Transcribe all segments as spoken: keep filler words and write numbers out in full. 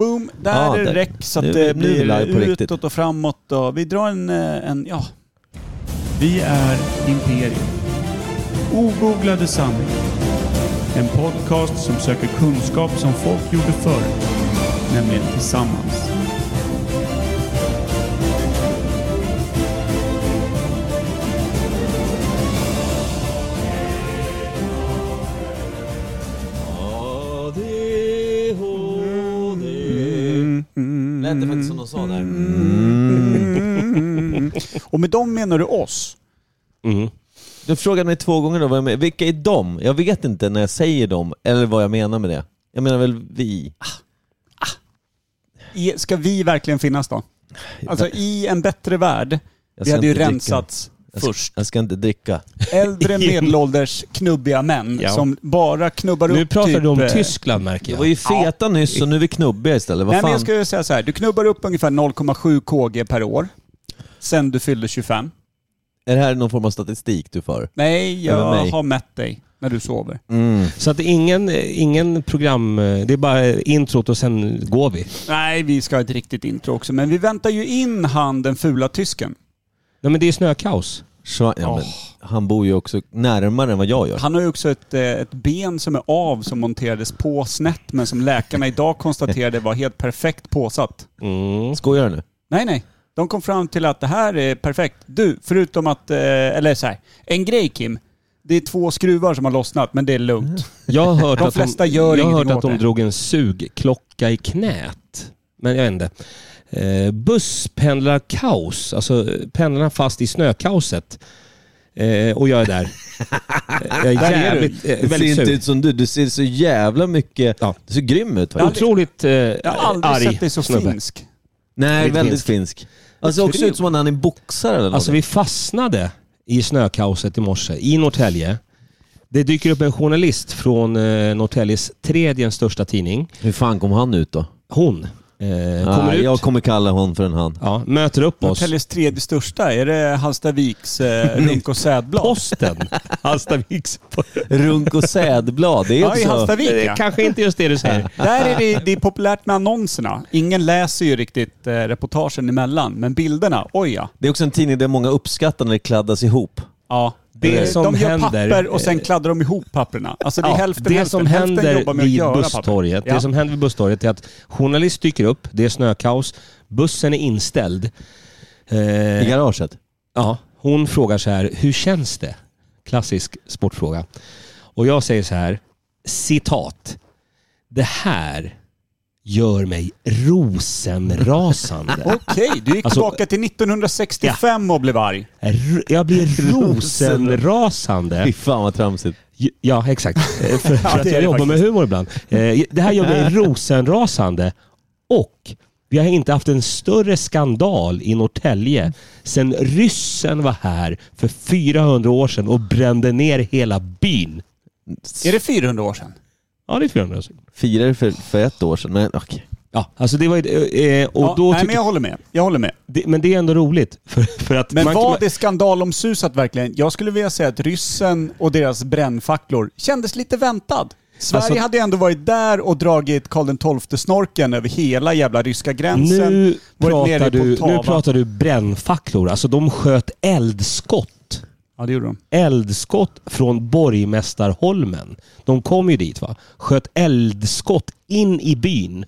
Boom, där Ja, är det där. räck så att Nu- det nu är vi live på blir riktigt. utåt och framåt. Och vi drar en, en, ja. Vi är Imperium. Ogooglade sanningar. En podcast som söker kunskap som folk gjorde förr. Nämligen tillsammans. Lät det faktiskt som de sa där. Mm. Och med dem menar du oss? Mm. Du frågade mig två gånger då, vad jag menar. Vilka är de? Jag vet inte när jag säger dem, eller vad jag menar med det. Jag menar väl vi. Ah. Ah. Ska vi verkligen finnas då? Alltså i en bättre värld, Jag vi ska hade ju inte dricka. rensats Jag ska, först. jag ska inte dricka. Äldre medelålders knubbiga män Ja. som bara knubbar upp Nu pratar typ, du om eh, Tyskland, märker Det jag. var ju feta nyss och nu är vi knubbiga istället. Vad Nej, men fan? jag ska ju säga så här. Du knubbar upp ungefär noll komma sju kg per år sen du fyllde tjugofem. Är det här någon form av statistik du för? Nej, Över jag mig. har mätt dig när du sover. Mm. Så att det är ingen, ingen program, det är bara introt och sen går vi. Nej, vi ska ha ett riktigt intro också. Men vi väntar ju in han, den fula tysken. Nej, men det är snökaos. Så, ja, Åh. men han bor ju också närmare än vad jag gör. Han har ju också ett, eh, ett ben som är av som monterades på snett men som läkarna idag konstaterade var helt perfekt påsatt. Mm. Skojar du nu? Nej, nej. De kom fram till att det här är perfekt. Du, förutom att, eh, eller så här, en grej Kim. Det är två skruvar som har lossnat, men det är lugnt. Jag har hört De att flesta de, gör jag har ingenting hört åt att de det. drog en sugklocka i knät. Men jag vet inte. Eh, busspendlarkaos. Alltså pendlarna fast i snökaoset. Eh, och jag är där. Jag är Där är jävligt, du. eh, Du ser väldigt inte sur. ut som du. Du ser så jävla mycket... Ja. Du ser grym ut faktiskt. Otroligt eh, Jag har aldrig arg sett dig så snubbe. finsk. Nej, Lite väldigt finsk. finsk. Alltså också Otroligt. ut som att han är boxare eller något. Alltså vi fastnade i snökaoset i morse i Norrtälje. Det dyker upp en journalist från eh, Norrtäljes tredje största tidning. Hur fan kom han ut då? Hon eh, kommer Ah, ut, jag kommer kalla hon för en han. ja, möter upp oss. Norrtäljes tredje största, är det Hallstaviks eh, Runk och Sädblad? Posten. Hallstaviks. Runk och sädblad. Det är Ja, i också... Hallstavik, Det ja. är kanske inte just det du säger. Där är det, det är populärt med annonserna. Ingen läser ju riktigt eh, reportagen emellan, men bilderna, oj ja. Det är också en tidning där många uppskattar när det kladdas ihop. Ja, Det det som de gör händer- papper och sen kladdar de ihop papperna. Alltså det är Ja, hälften, det hälften. som hälften händer jobbar med att vid göra busstorget, papper. Ja. det som händer vid busstorget är att journalist dyker upp, det är snökaos, bussen är inställd. I Eh, garaget. ja, hon frågar så här, hur känns det? Klassisk sportfråga. Och jag säger så här, citat. Det här gör mig rosenrasande. Okej, du gick Alltså- tillbaka till nittonhundrasextiofem och blev arg. R- Jag blir rosenrasande. Fy fan vad tramsigt. Ja, exakt. Eh, För, för Ja, att det är jag det jobbar med faktiskt. humor ibland. Eh, Det här gör mig rosenrasande. Och vi har inte haft en större skandal i Norrtälje sedan ryssen var här för fyrahundra år sedan och brände ner hela byn. Är det fyrahundra år sedan? Ja, det är fyrahundra år sedan. Firade för, för ett år sedan. Men okej. Ja, alltså det var ju... eh, Och Ja, då nej, tycker, men jag håller med. Jag håller med. det, men det är ändå roligt. För, för att Men man, var man, det skandalomsusat verkligen? Jag skulle vilja säga att ryssen och deras brännfacklor kändes lite väntad. Sverige Alltså- hade ändå varit där och dragit Karl den tolfte-snorken över hela jävla ryska gränsen. nu, varit nere pratar i du, Poltava. nu pratar du brännfacklor. Alltså de sköt eldskott. Ja, det gjorde de. Eldskott från Borgmästarholmen. De kom ju dit va. Sköt eldskott in i byn.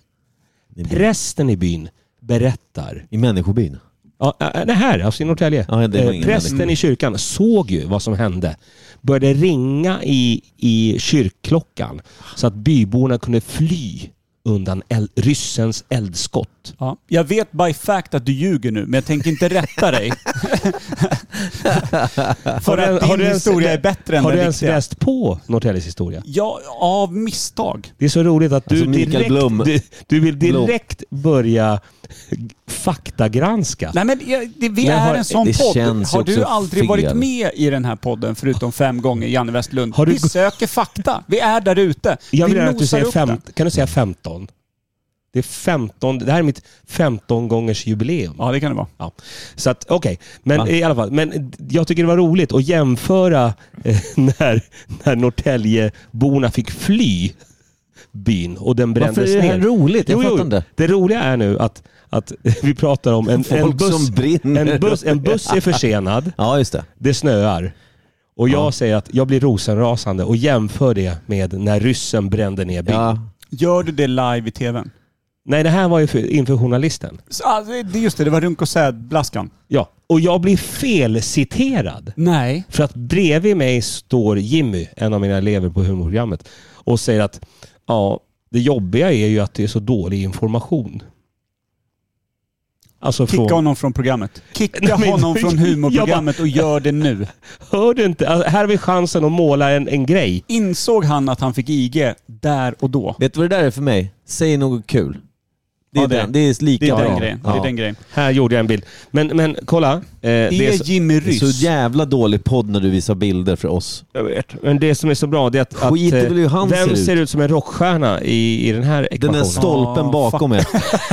Prästen i byn berättar. I människobyn. Ja, äh, det här, alltså i Norrtälje. Ja, det var Eh, ingen Prästen människa. i kyrkan såg ju vad som hände. Började ringa i, i kyrkklockan så att byborna kunde fly undan eld, ryssens eldskott. Ja. Jag vet by fact att du ljuger nu, men jag tänker inte rätta dig. För Har du- att din har du ens- historia är bättre än Har den du ens riktiga. läst på Norrtäljes historia? Ja, av misstag. Det är så roligt att du, Alltså, Mikael direkt, Blom. du, du vill Blom. direkt börja faktagranska. Nej, men jag- det, vi Men är har- en sån det podd. känns Har du också aldrig fel. varit med i den här podden förutom fem gånger, Janne Westlund? Har du- Vi söker fakta. Vi är där ute. Jag vill vi gärna att du nosar säger upp fem, den. kan du säga femton? Det är femton, det här är mitt femton gångers jubileum. Ja, det kan det vara. Ja. Så att okej, men Va? i alla fall, men jag tycker det var roligt att jämföra eh, när när Norrtäljeborna fick fly byn och den brändes Varför är det här ner. roligt? Jag Jo, fattar jo, inte. det roliga är nu att, att vi pratar om en, Folk en, buss, som brinner. en, buss, en buss är försenad, Ja, just det. det snöar. Och jag Ja. säger att jag blir rosenrasande och jämför det med när ryssen brände ner byn. Ja. Gör du det live i tvn? Nej, det här var ju för, inför journalisten. Så, ah, det, just det, det var Runk och Säd-blaskan. Ja, och jag blir felciterad. Nej. För att bredvid mig står Jimmy, en av mina elever på humorprogrammet, och säger att ja, det jobbiga är ju att det är så dålig information. Alltså Kicka från... honom från programmet. Kicka Nej, men- honom från humorprogrammet och gör det nu. Hör du inte? Alltså, här har vi chansen att måla en, en grej. Insåg han att han fick I G där och då? Vet du vad det där är för mig? Säg något kul. Det är, Ja, det- den. Det är lika Det är bra. den grejen. Det är den grejen. Här gjorde jag en bild. Men, men kolla. Eh, det är Är så, Jimmy Det är så Ryss? jävla dålig podd när du visar bilder för oss. jag vet. Men det som är så bra det är att, att Skit eh, väl hur han vem ser ut. ser ut som en rockstjärna i, i den här Den ekvationen? där stolpen Ah, bakom er.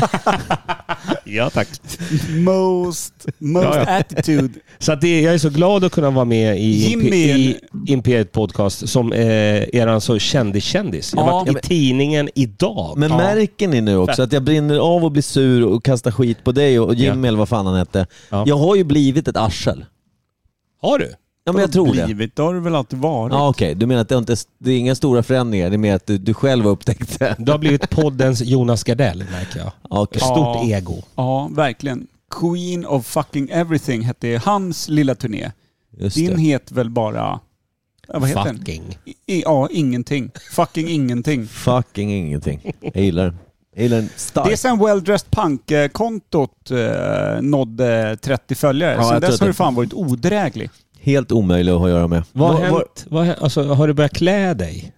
Ja, tack. Most, most Ja, ja. attitude. Så att det, jag är så glad att kunna vara med i, Jimmy Imp- är en- i Imperiet Podcast som eh, är alltså kändis-kändis. Jag har Ja, varit i men- tidningen idag. Men Ja. märker ni nu också Fett. att jag brinner av och blir sur och kastar skit på dig och Jimmy Ja. eller vad fan han hette. Ja. Jag har ju blivit ett arsel. Har du? Ja, men jag tror det. Blivit, det har du väl alltid varit? Ja, okej. Du menar att det, inte, det är inga stora förändringar, det är mer att du, du själv har upptäckt det. Du har blivit poddens Jonas Gardell, märker jag. Okej. Ja. Stort ego. Ja, verkligen. Queen of fucking everything hette hans lilla turné. Just Din det. heter väl bara... Ja, vad heter den? Fucking. I, ja, ingenting. Fucking ingenting. Fucking ingenting. Jag gillar den. Jag gillar den Det är starkt. sen Well Dressed Punk-kontot eh, nådde trettio följare. Ja, sen jag tror dess att har det- du fan varit odräglig. Helt omöjlig att ha att göra med. Vad har Vad- vad- hänt? Vad, har- alltså, har du börjat klä dig?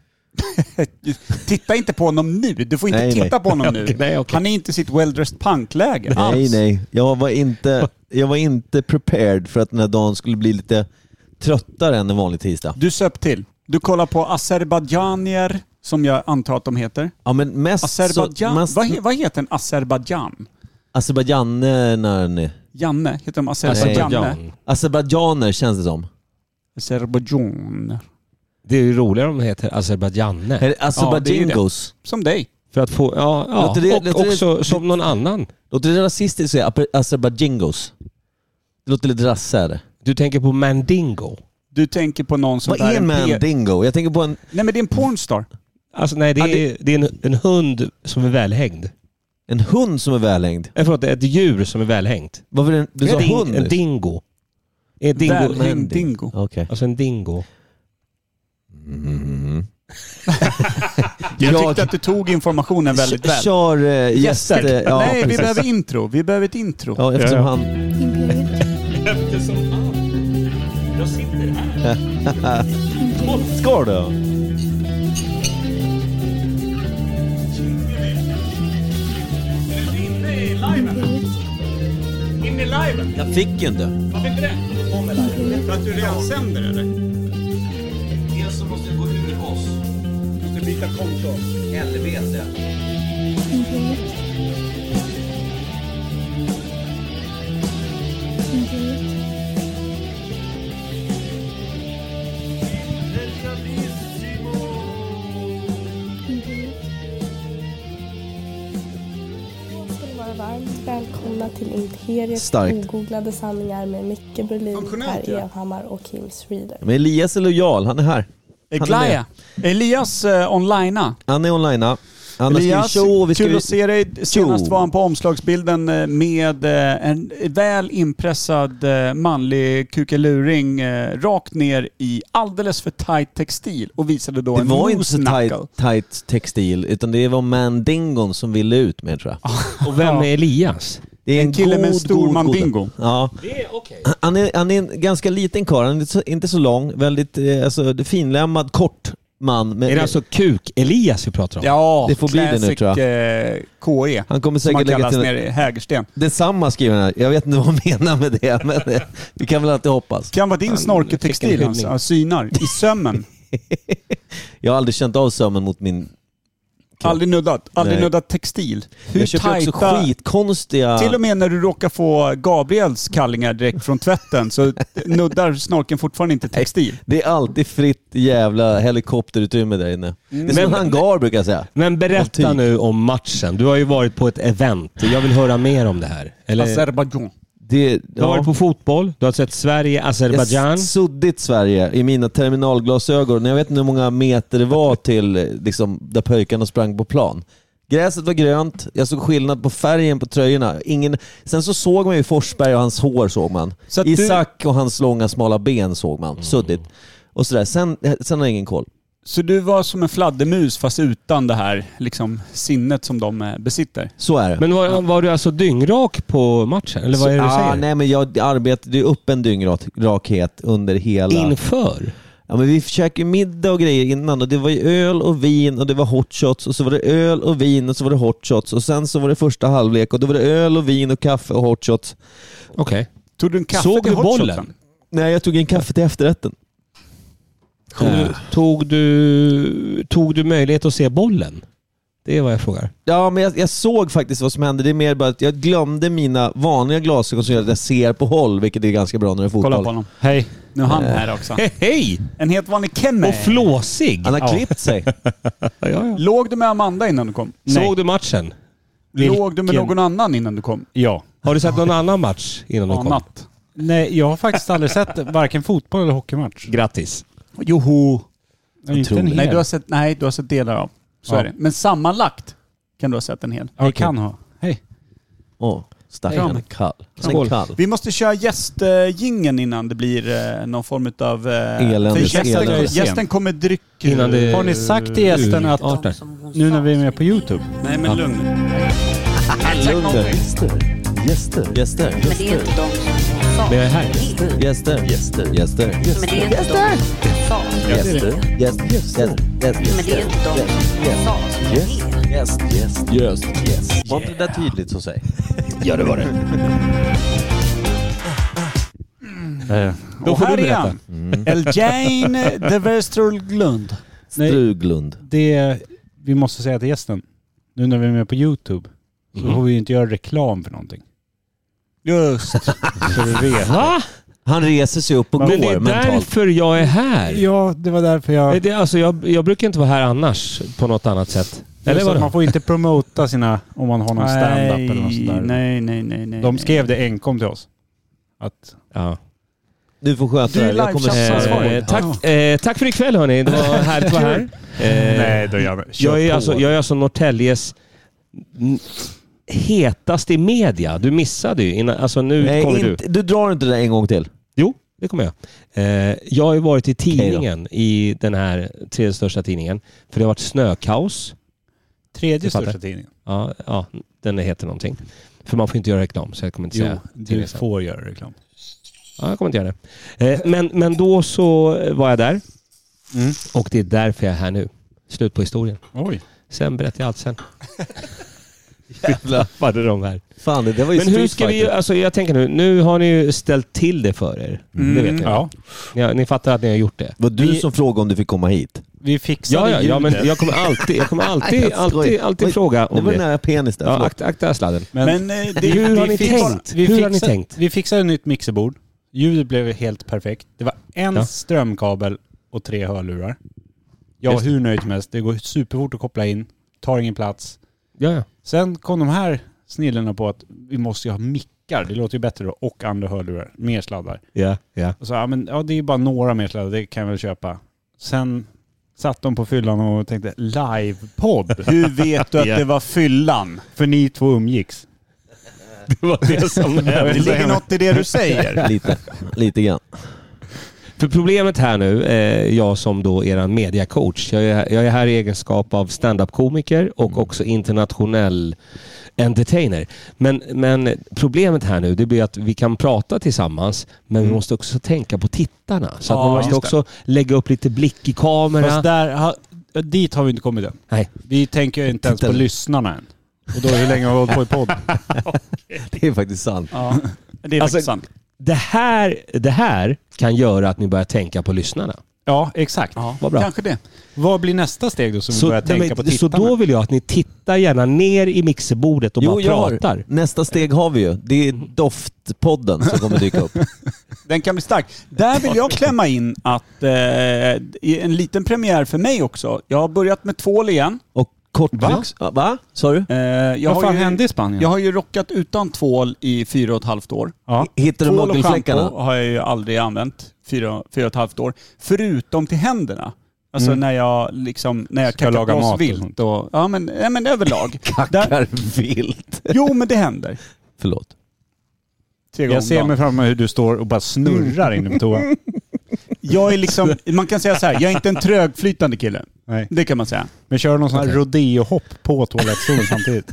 Titta inte på honom nu. Du får inte Nej, titta nej. på honom nu. Okej, nej, okej. Han är inte i sitt Well Dressed Punk-läge. Nej, alls. nej. Jag var, inte, jag var inte prepared för att den här dagen skulle bli lite tröttare än en vanlig tisdag. Du söp till. Du kollar på azerbajdzjanier, som jag antar att de heter. Ja, men mest Azerbajdzjan. så... Mest, Vad, he, vad heter en Azerbajdzjan? Azerbajdzjaner. Janne? Heter de Azerbajdzjanne? Azerbajdzjan. Azerbajdzjaner känns det som. Azerbajdzjan. Det är ju roligare om det heter Azerbajdzjanne. Är det Azerbajdzjingos? Som dig. För att få, ja, ja. Låter det- och låter det- också som någon annan. Låter det rasistiskt att säga Ape- Azerbajdzjingos? Det låter lite rassare. Du tänker på Mandingo. Du tänker på någon som Vad bär är en P- mandingo? Jag tänker på en... Nej, men det är en pornstar. Alltså nej, det Ja, är, det är en, en hund som är välhängd. En hund som är välhängd. Nej, förlåt, det är ett djur som är välhängt. Varför är det, du sa en, hund en nyss? dingo. En dingo. Välhängd dingo. Okej. Alltså en dingo. Mm. Jag Jag- tyckte att du tog informationen väldigt väl. Kör äh, Gäster. gäster. Ja, Nej, vi precis. behöver intro. Vi behöver ett intro. Ja, eftersom Ja, ja. han... Eftersom han... Jag sitter här. Ska du? Inne i liven. Inne i liven. Jag fick ju inte. Varför inte det? För att du redan sänder, eller? Dels så måste jag gå ur oss. Du byta konto. Helvete. ska ni vara varmt välkomna till Imperiets Starkt. ogooglade sanningar med Micke Berlin, Funktionellt, Per ja. Evhammar och Kim Reader. Men Elias är lojal, han är här. Han är Glaya. Elias uh, onlinea. Han är online. Han har skrivit Elias, show och vi kul ska... att se dig. Senast Tjo. var han på omslagsbilden eh, med eh, en väl impressad eh, manlig kukeluring eh, rakt ner i alldeles för tight textil och visade då Det en var inte så moose tight, knuckle. tight textil, utan det var mandingon som ville ut med, tror jag. Och vem är Elias? Det är En kille med en god, stor god, god- mandingo. Ja. Det är okej. Han är, han är en ganska liten karl, han är inte så, inte så lång, väldigt eh, alltså, finlämmad, kort man. Med, Är det alltså Kuk-Elias vi pratar om? Ja, Det får bli det nu, classic, tror eh, K E. han kommer Som han säkert lägga kallas till... nere i Hägersten. Detsamma skriver han här. Jag vet inte vad han menar med det, men eh, vi kan väl alltid hoppas. Kan vara din fick en snorketextil, hyllning. alltså, synar, i sömmen. Jag har aldrig känt av sömmen mot min Aldrig nuddat. Aldrig Nej. nuddat textil. Hur Jag köper också tajta... skitkonstiga... Till och med när du råkar få Gabriels kallingar direkt från tvätten så nuddar snorken fortfarande inte textil. Det är alltid fritt jävla helikopterutrymme där inne. Mm. Det är som en hangar brukar jag säga. Men berätta nu om matchen. Du har ju varit på ett event. Jag vill höra mer om det här. Eller... Azerbaijan. Det, Du har varit på fotboll, du har sett Sverige, Azerbaijan. Jag suddigt Sverige i mina terminalglasögon. Jag vet inte hur många meter det var till liksom, där pojkarna sprang på plan. Gräset var grönt, jag såg skillnad på färgen på tröjorna. Ingen... Sen så såg man ju Forsberg och hans hår såg man. Isak du... och hans långa smala ben såg man, mm. suddigt. Och sådär. Sen, sen har jag ingen koll. Så du var som en fladdermus fast utan det här liksom, sinnet som de besitter? Så är det. Men var, var du alltså dyngrak på matchen? Eller vad är det du ah, säger? Nej, men jag arbetade ju upp en dyngrakhet under hela... Inför? Ja, men vi käkade middag och grejer innan och det var ju öl och vin och det var hot shots och så var det öl och vin och så var det hot shots och sen så var det första halvlek och då var det öl och vin och kaffe och hot shots. Okej. Okay. Tog du en kaffe Såg till du hot bollen? shotsen? Nej, jag tog en kaffe till efterrätten. Tog, äh. tog, du, tog du möjlighet att se bollen? Det är vad jag frågar. Ja, men jag, jag såg faktiskt vad som hände. Det är mer bara att jag glömde mina vanliga glasögon som gör att jag ser på håll, vilket är ganska bra när det är fotboll. Kolla på honom. Hej. Nu är han här också. Hej, hej! En helt vanlig kemme. Och flåsig. Han har ja. klippt sig. ja, ja. Låg du med Amanda innan du kom? Nej. Såg du matchen? Vilken? Låg du med någon annan innan du kom? Ja. Har du sett någon annan match innan du kom? Annat. Nej, jag har faktiskt aldrig sett varken fotboll eller hockeymatch. Grattis. Joho. Inte en hel. Nej, du har sett, nej, du har sett delar av. Så ja. är det. Men sammanlagt kan du ha sett en hel. Ja, jag kan ha. Hej. Åh, oh, stackarn är kall. Skål. kall. Vi måste köra gästgingen innan det blir eh, någon form av... Eh, eländes, gästen, eländes. gästen kommer dryck... Innan det, har ni sagt till gästen att... Arter. Nu när vi är med på YouTube? Nej, men ja. lugn. Lugn. Gäster. Gäster. Gäster. Men det är inte de som sa. Men jag är här. Gäster. Gäster. Gäster. Gäster. Men det är inte de som sa. Gäster. Gäster. Gäster. Men det är inte de som sa. Gäst. Gäst. Gäst. Gäst. Var inte det där tydligt så säg? Ja, det var det. Mm. Då får du berätta. Mm. El Jane de Westerlund. Struglund. Det vi måste säga till gästen. Nu när vi är med på YouTube så mm. får vi ju inte göra reklam för någonting. Just. Så vi vet. Va? Han reser sig upp och men går det är mentalt. därför jag är här. Ja, det var därför jag... Det, alltså jag, jag brukar inte vara här annars på något annat sätt. Eller vad man får inte promota sina om man har någon stand-up eller något sånt där. Nej, nej, nej, nej. De skrev det enkom till oss. Att... Ja. Du får sköta det. Jag kommer eh, tack, eh, tack för ikväll hörni. Det var härligt att vara här. Eh, Nej, då gör vi. Jag är, alltså, jag är alltså Norrtäljes hetaste i media. Du missade ju. Innan, alltså nu Nej, kommer inte, du. Du drar inte det en gång till. Jo, det kommer jag. Eh, jag har ju varit i tidningen i den här tredje största tidningen. För det har varit snökaos. Tredje största tidningen? Ja, ja, den heter någonting. För man får inte göra reklam så jag kommer inte jo, säga. Du får göra reklam. Ja, jag kommer inte göra det. Eh, men, men då så var jag där. Mm. Och det är därför jag är här nu. Slut på historien. Oj. Sen berättar jag allt sen. Jävlar de här. Fan, det, det var ju men hur ska vi, alltså jag tänker nu, nu har ni ju ställt till det för er. Mm. Det vet ni. Ja. Ni, ni fattar att ni har gjort det. Var du vi, som frågade om du fick komma hit? Vi fixade ja, ja, ja, men jag kommer alltid, jag kommer alltid, alltid, alltid, alltid Oj, fråga om det. Det var nära penis där. Ja, akta, akta sladden. Men, men det, hur har vi ni fix, tänkt? Vi hur fixade, har ni tänkt? Vi fixade ett nytt mixerbord. Ljudet blev helt perfekt. Det var en ja. strömkabel och tre hörlurar. Jag var hur nöjd som helst. Det går superfort att koppla in. Tar ingen plats. Ja, ja. Sen kom de här snillena på att vi måste ju ha mickar. Det låter ju bättre då. Och andra hörlurar. Mer sladdar. Ja, ja. Och så, ja, men, ja, det är bara några mer sladdar. Det kan jag väl köpa. Sen satt de på fyllan och tänkte livepodd. Hur vet du att yeah. det var fyllan? För ni två umgicks. Det var det som det ligger något i det du säger. Lite, lite grann. För problemet här nu, eh, jag som då eran mediacoach, jag är, jag är här i egenskap av stand-up-komiker och också internationell entertainer. Men, men problemet här nu, det blir att vi kan prata tillsammans, men mm. vi måste också tänka på tittarna. Så att ja, man måste också lägga upp lite blick i kameran. Fast där, ha, dit har vi inte kommit än. Nej. Vi tänker inte ens på lyssnarna än. Och då är det länge har vi hållit på i podd. Det är faktiskt sant. Ja, det är alltså, faktiskt sant. Det här, det här kan göra att ni börjar tänka på lyssnarna. Ja, exakt. Ja, Vad bra. kanske det. Vad blir nästa steg då som vi Så, börjar tänka men, på så tittarna? då vill jag att ni tittar gärna ner i mixerbordet och Jo, bara jag har- pratar. Nästa steg har vi ju. Det är doftpodden som kommer dyka upp. Den kan bli stark. Där vill jag klämma in att eh, i en liten premiär för mig också. Jag har börjat med tvål igen. Och kortbyx... Va? Va? Sa du? Eh, jag Vad har fan ju, hände i Spanien? Jag har ju rockat utan tvål i fyra och ett halvt år. Ja. Hittar du Tvål och mögelfläckarna? shampoo har jag ju aldrig använt fyra, fyra och ett halvt år. Förutom till händerna. Alltså Mm. när jag liksom, när jag Ska kackar laga på mat oss och vilt sånt. och, ja men, ja men överlag. Där, Kackar vilt. jo men det händer. Förlåt. Tre gånger Jag ser om mig dagen. framför mig hur du står och bara snurrar inne på toan. Jag är liksom, man kan säga så här, jag är inte en trögflytande kille. Nej. Det kan man säga. Men kör någon sån här Okej. rodeo-hopp på toalettstolen samtidigt.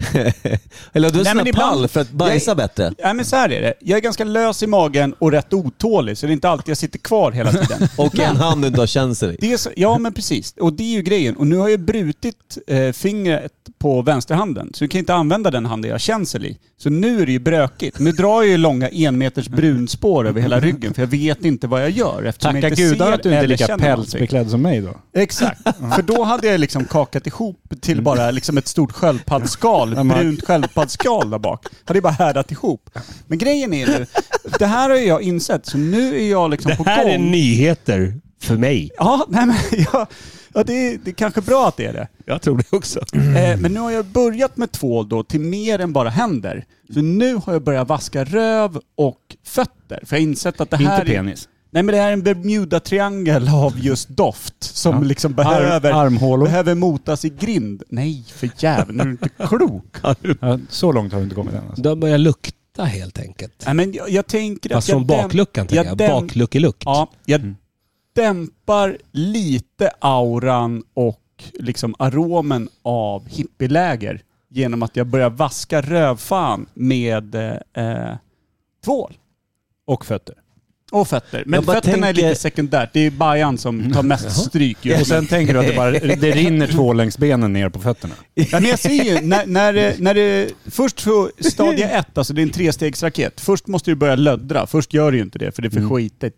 Eller du har Nej, sån men här ibland- pall för att bajsa Jag- bättre. Nej men så här är det. Jag är ganska lös i magen och rätt otålig, så det är inte alltid jag sitter kvar hela tiden. Och en hand du inte har känsel i. Det är så, ja men precis. Och det är ju grejen. Och nu har jag brutit eh, fingret på vänsterhanden. Så du kan inte använda den handen jag har känsel i. Så nu är det ju brökigt. Nu drar jag ju långa en meters brunspår över hela ryggen. För jag vet inte vad jag gör. Eftersom Tacka jag inte gudar ser att du inte är eller lika känner någonting. pälsbeklädd som mig då. Exakt. För då hade jag liksom kakat ihop till bara liksom ett stort sköldpaddsskal. Ett brunt sköldpaddsskal där bak. Hade bara härdat ihop. Men grejen är nu, det här har jag insett. Så nu är jag liksom Det på här gång. är nyheter för mig. Ja, nej men ja, ja det, är, det är kanske bra att det är det. Jag tror det också. Eh, men nu har jag börjat med tvål då till mer än bara händer. Så nu har jag börjat vaska röv och fötter. För jag har insett att det här Inte är... penis. Nej men det här är en Bermuda-triangel av just doft som Ja. liksom behöver, Arm, armhålor. behöver motas i grind. Nej, för jäveln, är du inte klok? Ja, så långt har du inte kommit än. Alltså. De börjar lukta helt enkelt. Nej men jag, jag tänker att Fast jag från bakluckan tänker jag. däm- Bakluckelukt. Ja, jag Mm. dämpar lite auran och liksom aromen av hippieläger genom att jag börjar vaska rövfan med eh, tvål. Och fötter. Och fötter. Men Jag bara fötterna är tänker- lite sekundärt. Det är Bajan som tar mest stryk. Ju. Och sen tänker du att det, bara, det rinner två längs benen ner på fötterna. Ja, men jag ser ju, när, när, det, när det... Först så, stadie ett, alltså det är en trestegsraket. Först måste du börja löddra. Först gör du ju inte det, för det är för Mm. skitigt.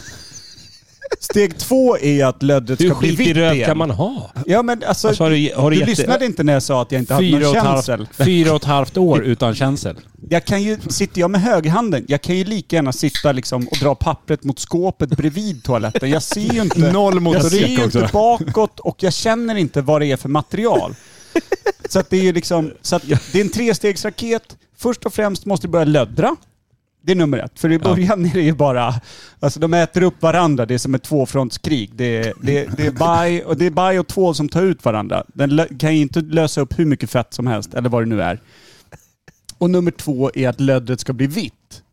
Steg två är ju att löddret Hur ska bli skitig vitt röv igen. kan man ha? Ja men alltså, Alltså, har du, har du, du gett lyssnade inte när jag sa att jag inte hade Fyra någon och, ett känsel. halvt, fyra och ett halvt år utan känsel. Jag kan ju, sitter jag med högerhanden, jag kan ju lika gärna sitta liksom och dra pappret mot skåpet bredvid toaletten. Jag ser ju inte, Noll jag ser ju motorik också. inte bakåt och jag känner inte vad det är för material. Så att det är ju liksom, så att det är en trestegsraket. Först och främst måste du börja löddra. Det är nummer ett. För i början är det ju bara, alltså de äter upp varandra. Det är som ett tvåfrontskrig. Det är, det är, det är baj och det är baj och tvål som tar ut varandra. Den lö- kan ju inte lösa upp hur mycket fett som helst, eller vad det nu är. Och nummer två är att löddret ska bli vitt.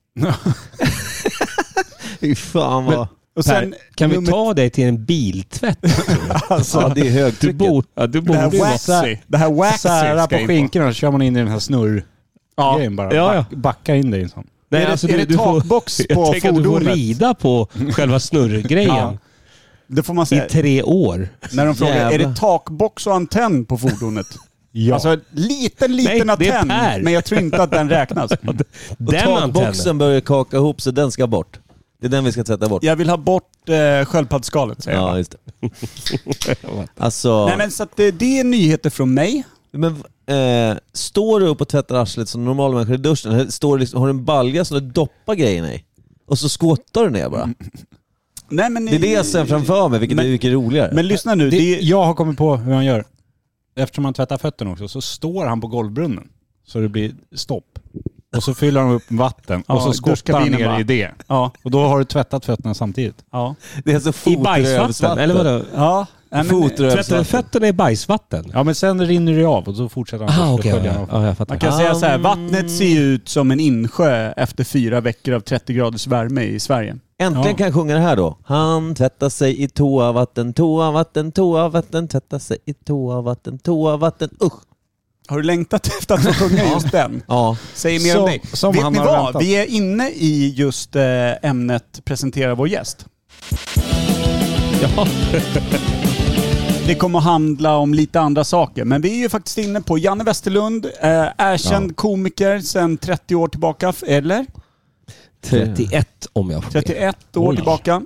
Fy fan vad... Och Per, sen, kan vi nummer- ta dig till en biltvätt? alltså, Ja, det är Du, högtrycket. bo, ja, du det här borde ju vara... waxy. Det här waxy Sära ska på in skinkorna så kör man in i den här snurr Ja. grejen bara. Ja, ja. Back, backa in dig i en sån. Nej, är det, alltså, är du, det du får, takbox jag på tänker att du får fordonet? rida på själva snurrgrejen Ja. Det får man i säga. tre år. När de frågar, är Jävlar. det takbox och antenn på fordonet? Ja. Alltså liten, liten Nej, det är antenn, Per. men jag tror inte att den räknas. Och Den antennen. takboxen börjar kaka ihop så den ska bort. Det är den vi ska tvätta bort. Jag vill ha bort eh, sköldpaddsskalet, säger Ja, jag. just det. Alltså... Nej men så att det, det är nyheter från mig. Men eh, står du upp och tvättar arslet som normal människa i duschen? Eller står du liksom, har du en balja som du doppar grejerna i? Och så skottar du ner bara? Nej, men, Det är det jag ser framför mig, vilket men, är mycket roligare. Men lyssna nu, det, det är, jag har kommit på hur han gör. Eftersom han tvättar fötterna också så står han på golvbrunnen. Så det blir stopp. Och så fyller han upp vatten och Ja, så skottar han duschkabinen ner bara. i det. ja, Och då har du tvättat fötterna samtidigt. ja, det är alltså I bajsvatten, fotrövsvatten. eller vadå? ja. Nej, men, Fotrövsvatten. Tvättar du fötterna i bajsvatten? Ja men sen rinner det av och så fortsätter han. Ah, först okej. och följer Ja, han av. ja, jag fattar. man kan säga så här, vattnet ser ju ut som en insjö efter fyra veckor av trettio graders värme i Sverige. Äntligen Ja. kan jag sjunga det här då. Han tvättar sig i toavatten, toavatten, toavatten, tvättar sig i toavatten, toavatten. Usch! Har du längtat efter att få sjunga just den? Ja. Säg mer Som- om dig. som Vet han ni har vad? väntat. Vi är inne i just eh, ämnet presentera vår gäst. Ja. Det kommer att handla om lite andra saker. Men vi är ju faktiskt inne på Janne Westerlund, eh, erkänd komiker sedan trettio år tillbaka, eller? trettioett om jag får be. trettioett år Oj. tillbaka.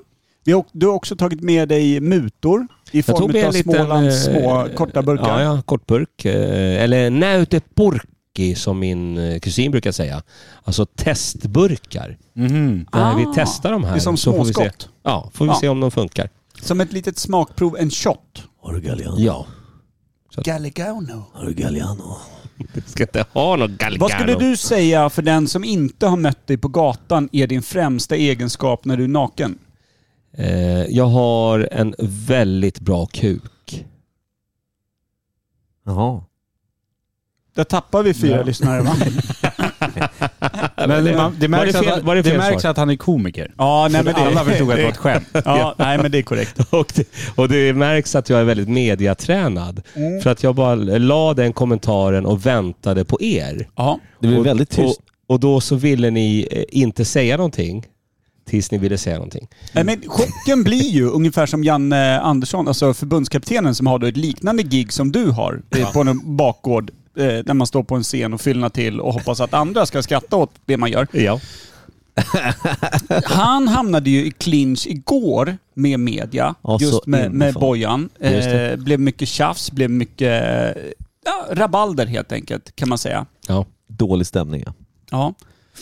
Vi har, du har också tagit med dig mutor i form av liten, Smålands eh, små korta burkar. Ja, ja, kortburk. Eh, eller näutepurki som min eh, kusin brukar säga. Alltså testburkar. Mhm. Där Ah, vi testar de här. det är som så får vi se. småskott. Ja, får vi Ja. se om de funkar. Som ett litet smakprov, en shot. Har du Galliano? Ja. Galliano. Har du Galliano? Du ska inte ha något galgano. Vad skulle du säga för den som inte har mött dig på gatan är din främsta egenskap när du är naken? Eh, jag har en väldigt bra kuk. Jaha. Där tappar vi fyra Ja. lyssnare, va? Men det, man, det märks, var det fel- att, var det det fel märks svar? att han är komiker. Ja, nej men det... Alla förstod att det var ett skämt. Ja, nej men det är korrekt. Och det, och det märks att jag är väldigt mediatränad. Mm. För att jag bara la den kommentaren och väntade på er. Ja. Det blir och, väldigt tyst. Och, och då så ville ni eh, inte säga någonting tills ni ville säga någonting. Nej, men chocken blir ju ungefär som Janne Andersson, alltså förbundskaptenen som har då ett liknande gig som du har eh, på en bakgård. Eh, när man står på en scen och fyllnar till och hoppas att andra ska skratta åt det man gör. Ja. Han hamnade ju i clinch igår med media, Ja, så just med, med inför. Bojan. Just det. Eh, blev mycket tjafs, blev mycket ja, rabalder helt enkelt, kan man säga. Ja. Dålig stämning, ja. Ja.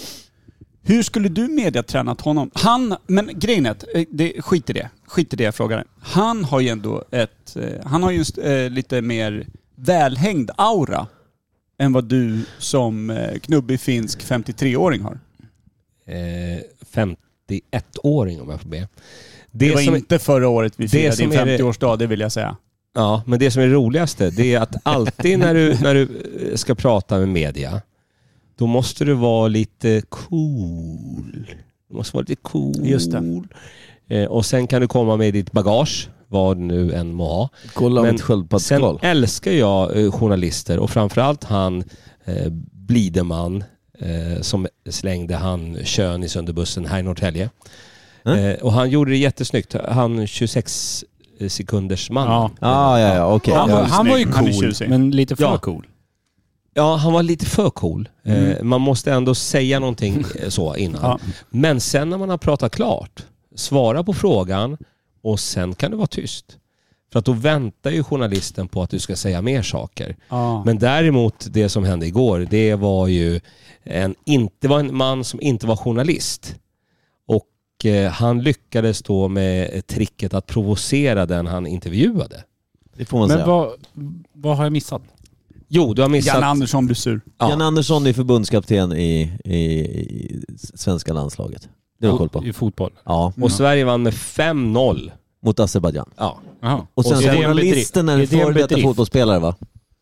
Hur skulle du mediatränat honom? Han, men grejen är att, eh, det, skit i det. Skit i det jag frågar. Han har ju ändå ett, eh, han har just eh, lite mer välhängd aura än vad du som eh, knubbig finsk femtiotre-åring har. Eh, femtioett-åring om jag får be. Det, det var som inte förra året vi det firade som din är det- femtioårsdag, det vill jag säga. Ja, men det som är det roligaste det är att alltid när du, när du ska prata med media då måste du vara lite cool. Du måste vara lite cool. Just det. Eh, och sen kan du komma med ditt bagage, vad du nu än må ha. Kolla Men mitt sköldpaddsskal. Sen älskar jag eh, journalister och framförallt han eh, Blideman eh, som slängde han kön i sönderbussen här i Norrtälje. Mm. Eh, och han gjorde det jättesnyggt. Han tjugosex sekunders man. Ja. Ah, ja, ja, okej. Han, Ja, var, han var ju snygg. Han är cool, tjusig. men lite för Ja. cool. Ja, han var lite för cool. Mm. Eh, man måste ändå säga någonting eh, så innan. Ja. Men sen när man har pratat klart, svara på frågan och sen kan det vara tyst. För att då väntar ju journalisten på att du ska säga mer saker. Ja. Men däremot det som hände igår, det var ju en, inte, var en man som inte var journalist. Och eh, han lyckades då med tricket att provocera den han intervjuade. Det får man Men säga. vad, vad har jag missat? Jo, du har missat... Jan Andersson blir sur. Ja. Jan Andersson är förbundskapten i, i, i svenska landslaget. Det har du koll på. I fotboll. Ja, Och Sverige vann med fem noll. mot Azerbajdzjan. Ja. Jaha. Och sen är det en journalisten är en bedrift? Är det en före detta bedrift? fotbollsspelare, va?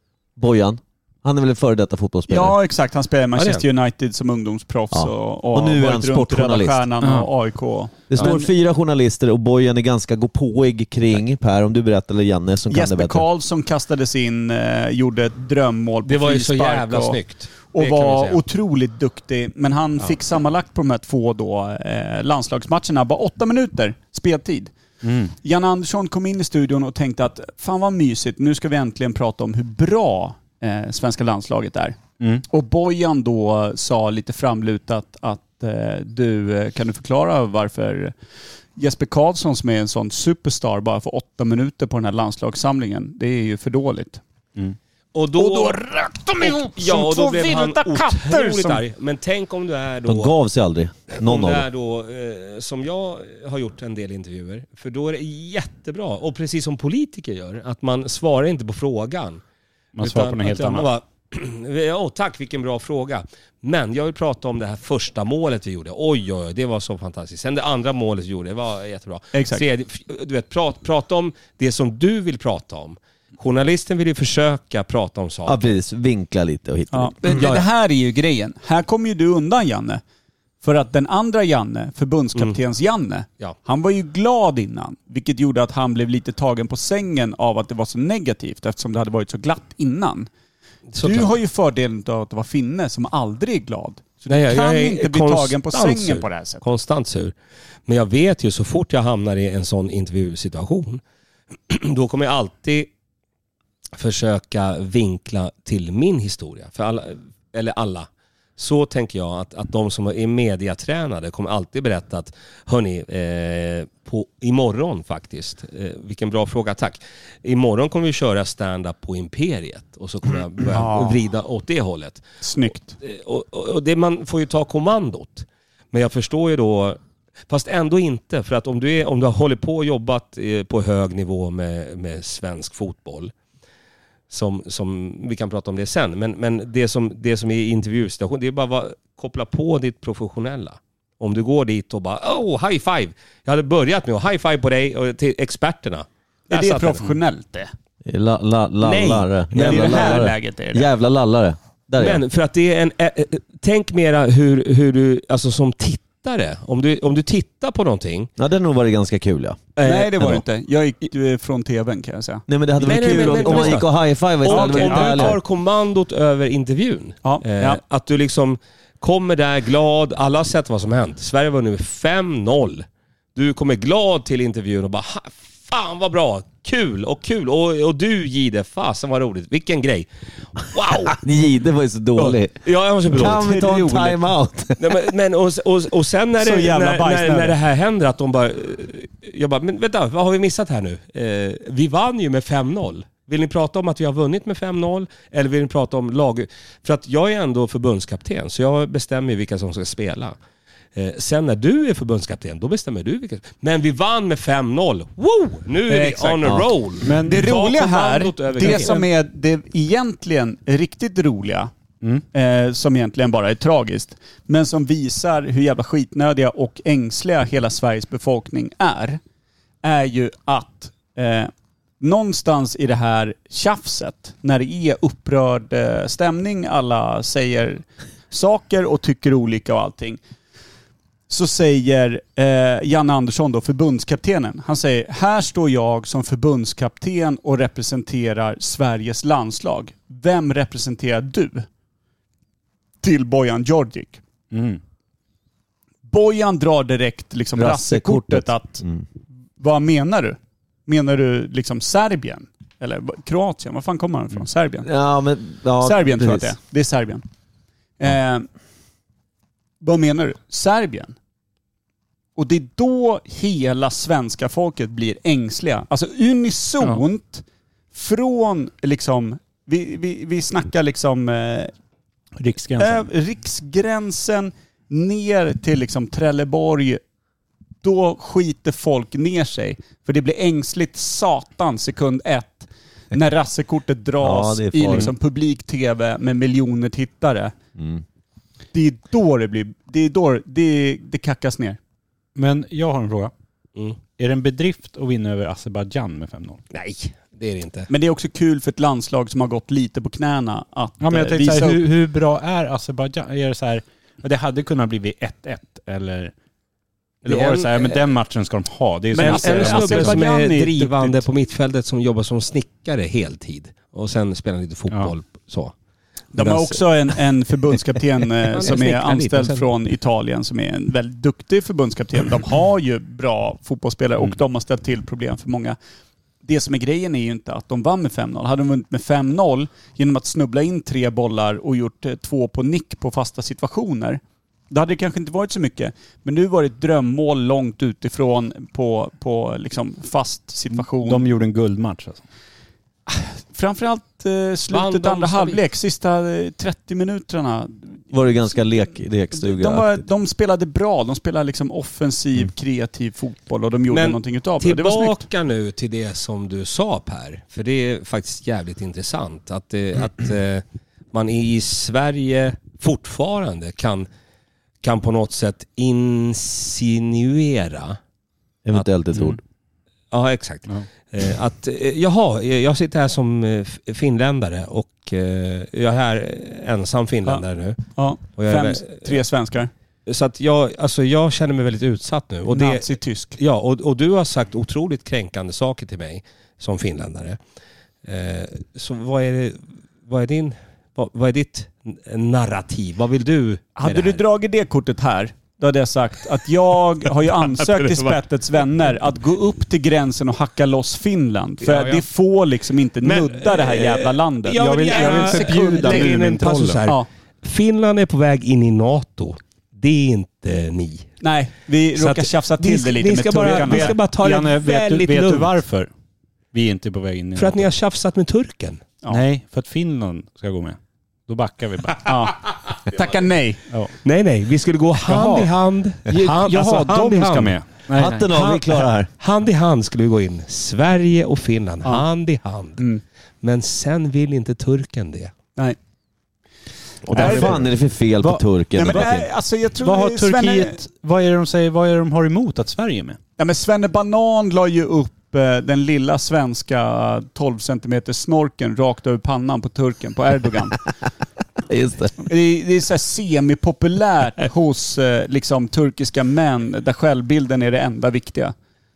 Bojan. Han är väl en före detta fotbollsspelare? Ja, exakt. Han spelar i Manchester Ja, United som ungdomsproffs Ja. och, och, Och nu är varit han runt i Röda sportjournalist. Stjärnan Ja. och A I K. Det står Men- fyra journalister och Bojan är ganska gåpåig kring, Per, om du berättar, eller Janne som kan det Jesper bättre. Karlsson kastades in, eh, gjorde ett drömmål på Det var ju så frispark jävla och, snyggt. och Det kan vi var säga. otroligt duktig. Men han fick sammanlagt på de här två då, eh, landslagsmatcherna, bara åtta minuter speltid. Mm. Jan Andersson kom in i studion och tänkte att fan vad mysigt, nu ska vi äntligen prata om hur bra eh, svenska landslaget är. Mm. Och Bojan då sa lite framlutat att eh, du, eh, kan du förklara varför Jesper Karlsson som är en sån superstar bara får åtta minuter på den här landslagssamlingen? Det är ju för dåligt. Mm. Och då, Och då rök de ihop ja, som och då två blev han vilda katter. otroligt Som... arg. Men tänk om du är då... De gav sig aldrig, någon om av det dem. är då, eh, som jag har gjort en del intervjuer. För då är det jättebra, och precis som politiker gör, att man svarar inte på frågan. Man svarar på något att helt man annat. bara, ja, tack, vilken bra fråga. Men jag vill prata om det här första målet vi gjorde. Oj, oj, oj, det var så fantastiskt. Sen det andra målet vi gjorde, det var jättebra. Exakt. Tredje, du vet, prata, prata om det som du vill prata om. Journalisten vill ju försöka prata om saker. Ja, precis. Vinkla lite och hitta Ja. lite. Det, det här är ju grejen. Här kommer ju du undan, Janne. För att den andra Janne, förbundskaptens Janne, Ja. han var ju glad innan. Vilket gjorde att han blev lite tagen på sängen av att det var så negativt eftersom det hade varit så glatt innan. Såklart. Du har ju fördelen av att vara finne som aldrig är glad. Så Nej, du jag- kan jag är inte bli konstant tagen på sängen sur. på det här sättet. Konstant sur. Men jag vet ju så fort jag hamnar i en sån intervjusituation då kommer jag alltid försöka vinkla till min historia. För alla, eller alla så tänker jag att, att de som är mediatränade kommer alltid berätta att hörni, eh, på, imorgon faktiskt, eh, vilken bra fråga, tack. Imorgon kommer vi köra stand-up på Imperiet och så kommer jag börja Ja. vrida åt det hållet. Snyggt. Och, och, och det, man får ju ta kommandot. Men jag förstår ju då, fast ändå inte, för att om du, är, om du har hållit på och jobbat eh, på hög nivå med, med svensk fotboll, som, som vi kan prata om det sen, men, men det, som, det som är i intervjusituation, det är bara att koppla på ditt professionella. Om du går dit och bara, oh, high five. Jag hade börjat med att high five på dig och till experterna. Är det professionellt det? La, la, lallare. Men i Jävla det här lallare. läget är det. Jävla lallare. Där är Men för att det är en... Äh, äh, tänk mera hur, hur du, alltså som tittare, om du, om du tittar på någonting... Ja, det har nog varit ganska kul, ja. Nej, det var ändå. det inte. Jag gick eh, från tvn kan jag säga. Nej, men det hade varit Nej, nej, kul men- om, men- om man men- gick och high-five Om, istället. om Det var lite du härligare. tar kommandot över intervjun, Ja, eh, ja. att du liksom kommer där glad, alla har sett vad som hänt. Sverige var nu fem noll. Du kommer glad till intervjun och bara, "Ha, fan vad bra, kul och kul. Och, och du Gide, fasen vad roligt, vilken grej. Wow! Gide var ju så dålig. Ja, jag var så Kan vi ta en roligt. time-out? Nej, men, men och, och, och sen när Så det, jävla när, när, bajsnödig. när det här händer att de bara... eh, Jag bara, men vänta, vad har vi missat här nu? Eh, vi vann ju med fem noll. Vill ni prata om att vi har vunnit med fem noll? Eller vill ni prata om lag... För att jag är ändå förbundskapten, så jag bestämmer vilka som ska spela. Eh, sen när du är förbundskapten, då bestämmer du vilka... Men vi vann med fem noll. Woo! Nu är Eh, vi exakt. on a Ja. roll. Men det Ta roliga här, kommandot över det grejen. som är det egentligen riktigt roliga, eh, som egentligen bara är tragiskt, men som visar hur jävla skitnödiga och ängsliga hela Sveriges befolkning är, är ju att eh, någonstans i det här tjafset, när det är upprörd eh, stämning, alla säger saker och tycker olika och allting, så säger eh, Janne Andersson då, förbundskaptenen, han säger, här står jag som förbundskapten och representerar Sveriges landslag. Vem representerar du? Till Bojan Djordjic. Mm. Bojan drar direkt liksom rassekortet att, Mm. vad menar du? Menar du liksom Serbien? Eller Kroatien? Vad fan kommer han ifrån? Serbien? Ja, men... Ja, Serbien tror jag att det precis. är. Det är Serbien. Eh, vad menar du? Serbien? Och det är då hela svenska folket blir ängsliga. Alltså unisont från liksom... Vi, vi, vi snackar liksom... Eh, Riksgränsen. Ö- riksgränsen ner till liksom Trelleborg. Då skiter folk ner sig. För det blir ängsligt satan sekund ett. När rassekortet dras Ja, det är i farligt. liksom publik-tv med miljoner tittare. Mm. Det är då det blir... Det är då det, det kackas ner. Men jag har en fråga. Mm. Är det en bedrift att vinna över Azerbaijan med fem noll? Nej, det är det inte. Men det är också kul för ett landslag som har gått lite på knäna att Ja, men jag eh, tänkte visa så här, upp. hur, hur bra är Azerbaijan? Är det så här, det hade kunnat bli ett ett eller... Eller Det är var det en- så här, men den matchen ska de ha. Det är Men så alltså, En här- snubbe som Azerbaijan är är drivande duktigt. på mittfältet som jobbar som snickare heltid. Och sen spelar lite fotboll. Så. De har Medans- också en, en förbundskapten eh, Han som är snickrar lite, anställd sen- från Italien som är en väldigt duktig förbundskapten. De har ju bra fotbollsspelare och Mm. de har ställt till problem för många. Det som är grejen är ju inte att de vann med fem noll. Hade de vunnit med fem noll genom att snubbla in tre bollar och gjort eh, två på nick på fasta situationer, då hade det kanske inte varit så mycket. Men nu var det ett drömmål långt utifrån på, på liksom fast situation. De gjorde en guldmatch alltså. Framförallt eh, Vann slutet de andra så halvlek, sista eh, trettio minuterna. Var det ganska lek, lekstuga? De, var, de spelade bra, de spelade liksom offensiv, Mm. kreativ fotboll och de gjorde Men någonting utav det. Det var snyggt. Tillbaka nu till det som du sa Per. För det är faktiskt jävligt intressant. Att, eh, att eh, man i Sverige fortfarande kan, kan på något sätt insinuera. Eventuellt ett Mm. ord. Ja, exakt. Ja. Eh, att, eh, jaha, eh, jag sitter här som eh, f- finländare och eh, jag är här ensam finländare nu. Ja, Och jag är fem, vä- tre svenskar. Så att jag, alltså jag känner mig väldigt utsatt nu. Och det, Nazi-tysk. ja, och, och du har sagt otroligt kränkande saker till mig som finländare. Eh, så vad är det, vad är din, vad, vad är ditt n- narrativ? Vad vill du med Hade det du här? dragit det kortet här, då hade jag sagt att jag har ju ansökt till Spettets vänner att gå upp till gränsen och hacka loss Finland. För Ja, ja. det får liksom inte Men, nudda det här jävla landet. Jag vill, vill- gärna jag vill förbjuda lägga in en Mumintrollen. passus här. Ja. Finland är på väg in i NATO. Det är inte ni. Nej, vi Så råkar att tjafsa ni till ska- det lite ni med ska bara- turkarna. vi ska bara ta det Janne, vet du, väldigt vet du lugnt. varför vi inte är på väg in i För att NATO? ni har tjafsat med turken. Ja. Nej, för att Finland ska gå med. Då backar vi bara. Ja. Tacka nej. Ja. Nej, nej. Vi skulle gå hand Jaha. i hand. hand Jaha, alltså, hand i de hand. ska med. Nej, Hatten av, vi är klara här. Hand i hand skulle vi gå in. Sverige och Finland. Ja. Hand i hand. Mm. Men sen vill inte turken det. Nej. Och vad fan är det för fel på Va- turken? Nej, men det är, alltså, jag tror Vad har Svenne, Turkiet, vad är det de säger, vad är det de har emot att Sverige är med? ja, men Svenne Banan la ju upp eh, den lilla svenska tolv centimeter snorken rakt över pannan på turken, på Erdogan. Just det. Det är, det är så här semipopulärt hos eh, liksom, turkiska män där självbilden är det enda viktiga.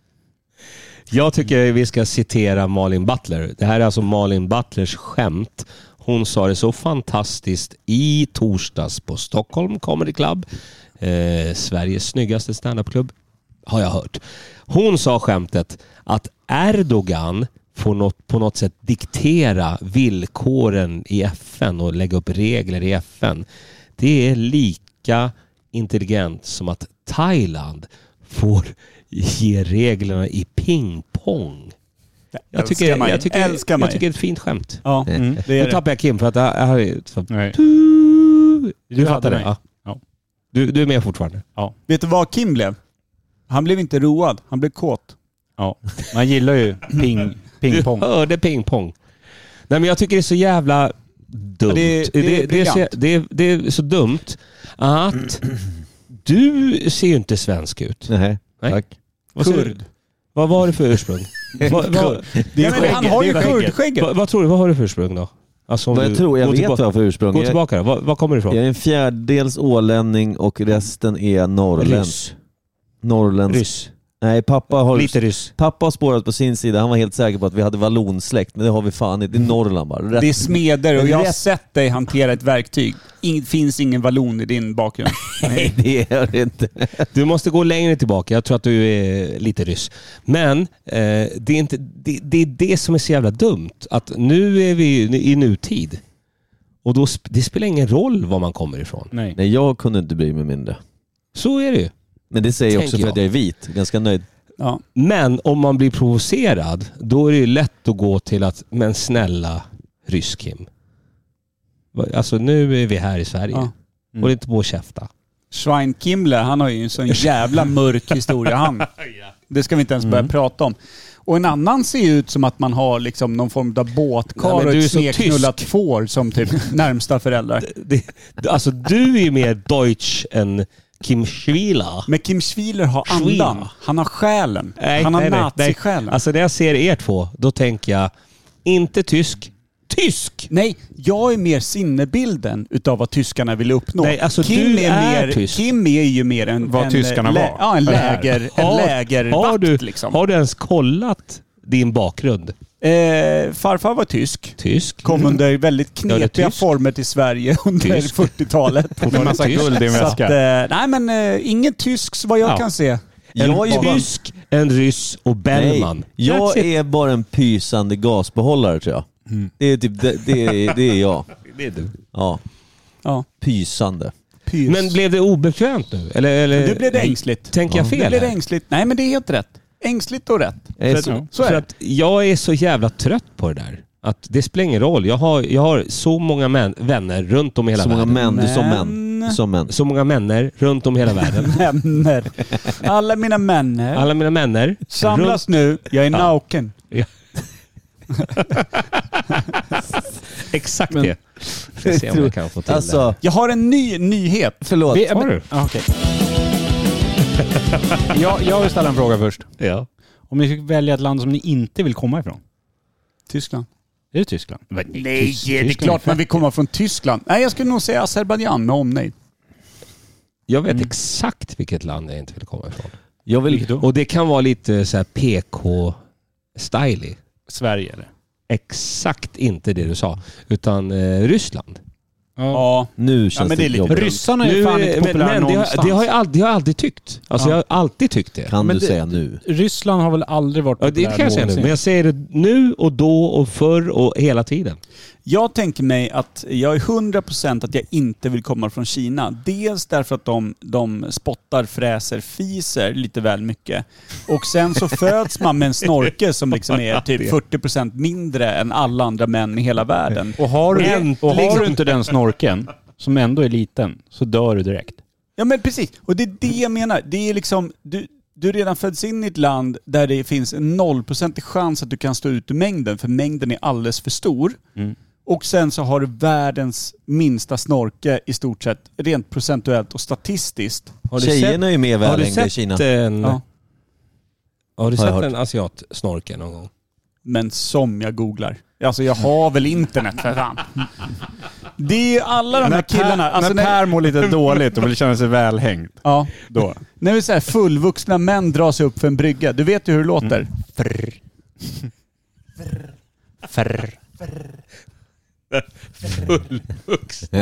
Jag tycker vi ska citera Malin Butler. Det här är alltså Malin Butlers skämt. Hon sa det så fantastiskt i torsdags på Stockholm Comedy Club. Eh, Sveriges snyggaste standupklubb, har jag hört. Hon sa skämtet att Erdogan får något, på något sätt diktera villkoren i F N och lägga upp regler i F N. Det är lika intelligent som att Thailand får ge reglerna i pingpong. Jag tycker, Älskar mig. jag, tycker, Älskar mig. jag tycker det är ett fint skämt. Ja, mm, det Nu är det. tappar jag Kim för att jag, jag har... Så, Nej. du Du fattar hade det? mig. Ja. Ja. Du, du är med fortfarande? Vet du vad Kim blev? Han blev inte road, han blev kåt. Ja. Man gillar ju ping, pingpong. Du hörde pingpong. Nej, men jag tycker det är så jävla dumt. Ja, det- det är det, är så, briljant. det, är, det är så dumt att du ser ju inte svensk ut. Nej, Nej. tack. Vad, ser du? Kurd. Vad var det för ursprung? vad, vad, Det är men han har ju kurdskägget. vad, vad tror du? Vad har du för ursprung då? Alltså, om Vad jag du- tror, jag gå vet tillbaka, vad jag har för ursprung. Gå Jag, tillbaka då. Vad, vad kommer det ifrån? jag är en fjärdedels ålänning och resten är norrländsk. Ryss. Norrländsk. Ryss. Nej, pappa har, Lite ryss. pappa har spårat på sin sida. Han var helt säker på att vi hade vallonsläkt, men det har vi fan inte. Det är Norrland bara. Rätt. Det är smeder och jag har Rätt. sett dig hantera ett verktyg. Det finns ingen vallon i din bakgrund. Nej, det är det inte. Du måste gå längre tillbaka. Jag tror att du är lite ryss. Men eh, det, är inte, det, det är det som är så jävla dumt. Att nu är vi i nutid. Och då, sp- det spelar ingen roll var man kommer ifrån. Nej. Nej, jag kunde inte bry mig mindre. Så är det ju. Men det säger jag också Tänker för att jag är vit. Ganska nöjd. Ja. Men om man blir provocerad, då är det ju lätt att gå till att, men snälla rysk-Kim. Alltså nu är vi här i Sverige. Ja. Och det är inte på att käfta. Schwein Kimmler, han har ju en sån jävla mörk historia han. Det ska vi inte ens börja prata om. Och en annan ser ju ut som att man har liksom någon form av Nej, båtkar men och du är ett så sneknullat tysk. får som typ närmsta föräldrar. Det, alltså du är mer deutsch än Kim Schwila. Men Kim Schwiler har Schwil. andan. Han har själen. Nej, han har nej, nej, nej. nazisjälen. Alltså när jag ser er två, då tänker jag inte tysk, tysk! Nej, jag är mer sinnebilden utav vad tyskarna vill uppnå. Nej, alltså Kim du är, är mer, tysk. Kim är ju mer en... Vad en, tyskarna lä- var. Ja, en Eller här. läger, en Har- lägervakt har du, liksom. Har du ens kollat din bakgrund? Eh, farfar var tysk. Tysk? Kom under väldigt Ja, det är knepiga tysk. former till Sverige under Tysk. fyrtiotalet. Med massa Tysk. guld i en Så att, väska. eh, nej men eh, ingen tysk så vad jag Ja. kan se. Jag är, bara, Tysk, en ryss och Bellman. nej, jag That's it. är bara en pysande gasbehållare tror jag. Det är typ det, det, är, det är jag. Det är du. Ja, Ja, pysande. pys. Men blev det obekvämt nu? Eller, eller, nu blev det ängsligt. Tänker jag Nu fel blev det här? ängsligt. Nej men det är helt rätt. Ängsligt och rätt. Jag är För, så, att, så är för det. att jag är så jävla trött på det där. Att det spelar ingen roll. Jag har, jag har så många män, vänner runt om i hela så många världen. män, du som män. Men- Som män. Så många männer runt om i hela världen. Männer. Alla mina männer. Alla mina männer. Samlas nu. Jag är Ja. naken. Exakt Men- det. Får se om jag kan få till det. Alltså, Jag har en ny nyhet. förlåt. Vi, Har du? Ah, okej. jag, jag vill ställa en fråga först. Ja. Om ni fick välja ett land som ni inte vill komma ifrån. Tyskland. Är det Tyskland? Nej, Tysk- det är Tyskland klart man vill komma från Tyskland. Nej, jag skulle nog säga Azerbaijan med omnejd. Jag vet Mm. exakt vilket land jag inte vill komma ifrån. Jag vill, Vilket då? Och det kan vara lite så här P K-stylig. Sverige eller? Exakt inte det du sa. Utan eh, Ryssland. Ja. nu känns men det är lite jobbigt. Ryssarna är Nu, fan eh, inte men populära men det, någonstans. har, det, har jag aldrig, det har jag aldrig tyckt. Alltså Ja. jag har alltid tyckt det. Kan Men du det- säga nu? Ryssland har väl aldrig varit Ja, det populär kan jag säga nu. någonsin. Men jag säger det nu och då och förr och hela tiden. Jag tänker mig att jag är hundra procent att jag inte vill komma från Kina. Dels därför att de, de spottar, fräser, fiser lite väl mycket. Och sen så föds man med en snorke som liksom är typ fyrtio procent mindre än alla andra män i hela världen. Och har du, och har du inte den snorken, som ändå är liten, så dör du direkt. Ja men precis, och det är det jag menar. Det är liksom, du, du redan föds in i ett land där det finns en noll procentig chans att du kan stå ut ur mängden, för mängden är alldeles för stor. Mm. Och sen så har du världens minsta snorke i stort sett, rent procentuellt och statistiskt. Har du Tjejerna sett, är mer välhängda i Kina. En, ja. Har du har sett en asiat-snorke någon gång? Men som jag googlar. Alltså jag har väl internet för fan. Det är alla de här killarna. Alltså när Per mår lite dåligt och vill känna sig välhängd. Ja. Då. När vi säger fullvuxna män drar sig upp för en brygga. Du vet ju hur det låter. Mm. Frr. Frr. Frr. Fullvuxna.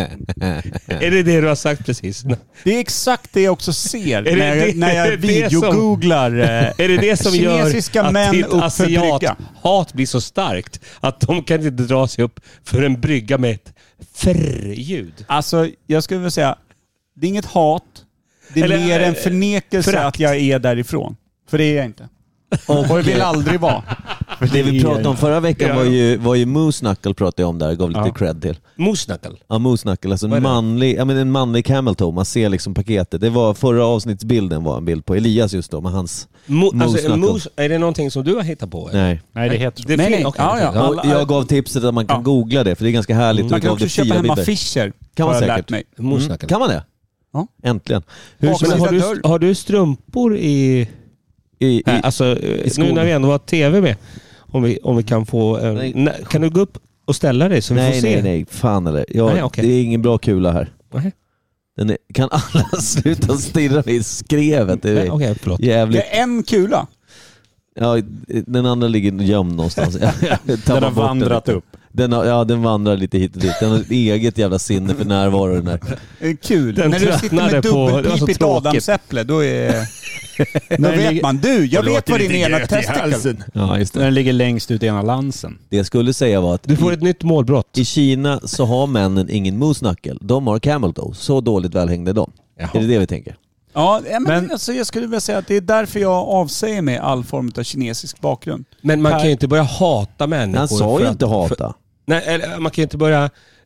Är det det du har sagt precis? Det är exakt det jag också ser det när jag, det, när jag videogooglar. Är det det som kinesiska gör att män ditt upp för brygga? asiat-hat blir så starkt att de kan inte dra sig upp för en brygga med ett frr-ljud? Alltså, jag skulle vilja säga, det är inget hat. Det är Eller, mer en förnekelse förakt. att jag är därifrån. För det är jag inte. Och jag vill aldrig vara. Det vi pratade om förra veckan var ju, var ju Moose Knuckle pratade jag om där, gav lite ja. cred till. Moose Knuckle? Ja, Moose Knuckle, alltså en manlig, ja, men en manlig camel toe, man ser liksom paketet. Det var förra avsnittsbilden var en bild på Elias just då med hans Mo- Moose alltså, Moose, är det någonting som du har hittat på? Eller? Nej. Nej, det heter det. Nej, nej. Okay, ja, ja. Alla, jag gav tipset att man kan ja. googla det, för det är ganska härligt. Mm. Man kan också köpa hem affischer. Kan man säkert. Mig. Mm. Kan man det? Ja. Äntligen. Hur, har, du, har du strumpor i... I, i, Nej, alltså, i nu när vi ändå har tv med, om vi, om vi kan få... Eh, kan du gå upp och ställa dig så vi nej, får se? Nej, nej, fan eller. Jag, nej, okay. Det är ingen bra kula här. Nej. Den är, kan alla sluta stirra vid skrevet? Det är nej, okay, förlåt. jävligt. Det är en kula. Ja, den andra ligger gömd någonstans. Den har vandrat den. upp. Den har, ja, den vandrar lite hit och dit. Den har ett eget jävla sinne för närvaro. Den där. Kul. Den när du sitter med dubbelpipigt adamsäpple, då är... Då vet man, du, jag vet vad din ena testikel. Ja, just det. Den ligger längst ut i ena lansen. Det jag skulle säga var att du får i, ett nytt målbrott. I Kina så har männen ingen moose knuckle. De har camel toe. Så dåligt välhängda de. Jaha. Är det det vi tänker? Ja, men, men alltså, jag skulle vilja säga att det är därför jag avsäger mig all form av kinesisk bakgrund. Men man här... kan ju inte börja hata människor. Han sa ju inte hata. För, nej, eller, man kan ju inte börja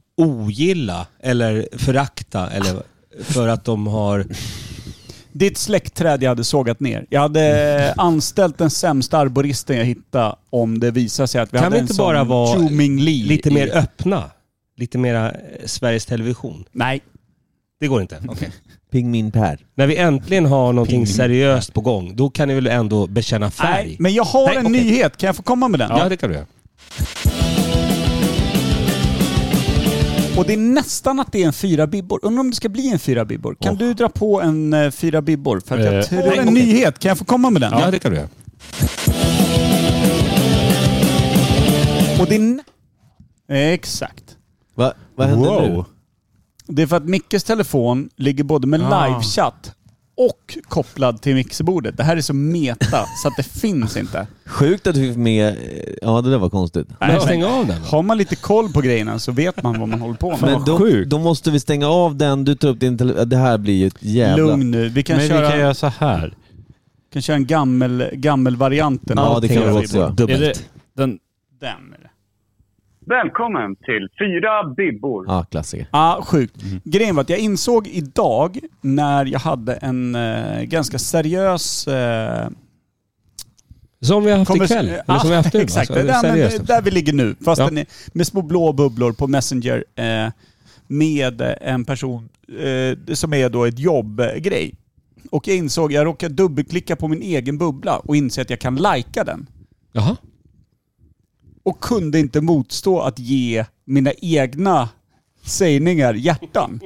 ogilla eller förakta eller för att de har... Ditt släktträd jag hade sågat ner. Jag hade anställt den sämsta arboristen jag hittade om det visar sig att vi kan hade vi en inte bara vara lite mer i... öppna? Lite mera Sveriges Television? Nej. Det går inte? Okej. Okay. Ping min Per. När vi äntligen har någonting seriöst på gång, då kan ni väl ändå bekänna färg? Nej, men jag har Nej, en okay. nyhet. Kan jag få komma med den? Ja, det kan du göra. Och det är nästan att det är en fyra bibbor. Undrar om det ska bli en fyra bibbor. Kan oh. du dra på en uh, fyra bibbor? För att jag uh, tror oh, en okay. nyhet. Kan jag få komma med den? Ja, det kan du göra. Och det är... Nä- Exakt. Va? Vad händer wow. nu? Det är för att Mickes telefon ligger både med ah. livechatt och kopplad till mixerbordet. Det här är så meta så att det finns inte. Sjukt att du fick med... Ja, det där var konstigt. Nej, stäng av den. Har man lite koll på grejerna så vet man vad man håller på med. Men då, då måste vi stänga av den. Du tar upp din telefon. Det här blir ju ett jävla... Lugn nu. Vi kan Men köra... vi kan göra så här. Vi kan köra en gammel, gammel varianten. Ja, det kan vi också göra. Dubbelt. Är det den... Den är det. Välkommen till Fyra Bibbor. Ja, klassiker. Ja, sjukt. Mm. Grejen var att jag insåg idag när jag hade en eh, ganska seriös... Eh, som vi har haft konvers- ikväll. Eller som vi har haft nu. Exakt, alltså, där, men, där vi ligger nu. Fast ja. den är med små blå bubblor på Messenger eh, med en person eh, som är då ett jobbgrej. Och jag insåg, jag råkade dubbelklicka på min egen bubbla och inse att jag kan lajka den. Jaha. Och kunde inte motstå att ge mina egna sägningar hjärtan.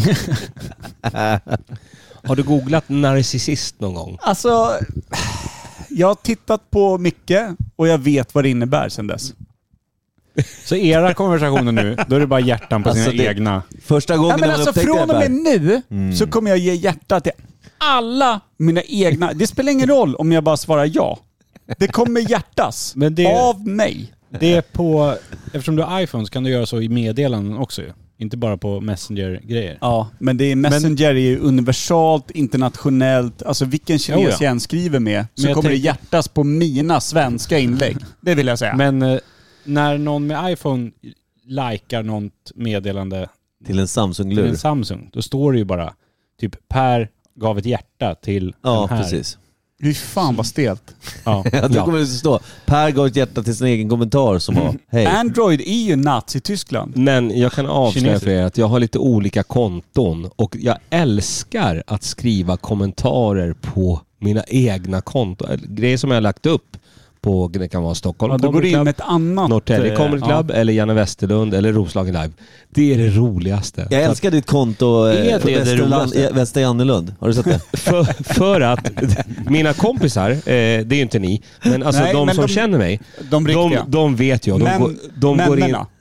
Har du googlat narcissist någon gång? Alltså, jag har tittat på mycket och jag vet vad det innebär sedan dess. Så era konversationer nu, då är det bara hjärtan på alltså sina det, egna... Första gången ja, men alltså från och med nu mm. så kommer jag ge hjärta till alla mina egna... Det spelar ingen roll om jag bara svarar ja. Det kommer hjärtas men det, av mig. det är på... Eftersom du har iPhone så kan du göra så i meddelanden också ju. Inte bara på Messenger-grejer. Ja, men det är Messenger är ju universalt, internationellt. Alltså vilken kines Jo, ja. jag än skriver med så jag kommer det tänker- hjärtas på mina svenska inlägg. Det vill jag säga. Men eh, när någon med iPhone likar något meddelande Till en till Samsung-lur. en Samsung, då står det ju bara typ Per gav ett hjärta till Ja, den här. precis. Hur fan vad stelt. Ja. Ja, då kommer det att stå Per gav ett hjärta till sin egen kommentar som var hej. Android är ju Nazi-Tyskland. Men jag kan avslöja Kineser. för er att jag har lite olika konton och jag älskar att skriva kommentarer på mina egna konton. Grejer som jag har lagt upp på, det kan vara Stockholm Ja, då går Comedy det in Club, med ett annat... Norrtälje eh, Comedy Club eller Janne Westerlund eller Roslagen Live. Det är det roligaste. Jag älskar ditt konto Är eh, det på det Västerland- roligaste? eh, Västra Jannelund. Har du sett det? För, för att mina kompisar, eh, det är ju inte ni, men alltså Nej, de men som de- känner mig, De de, riktiga. de vet jag. De, Men- går, de går in, Männena.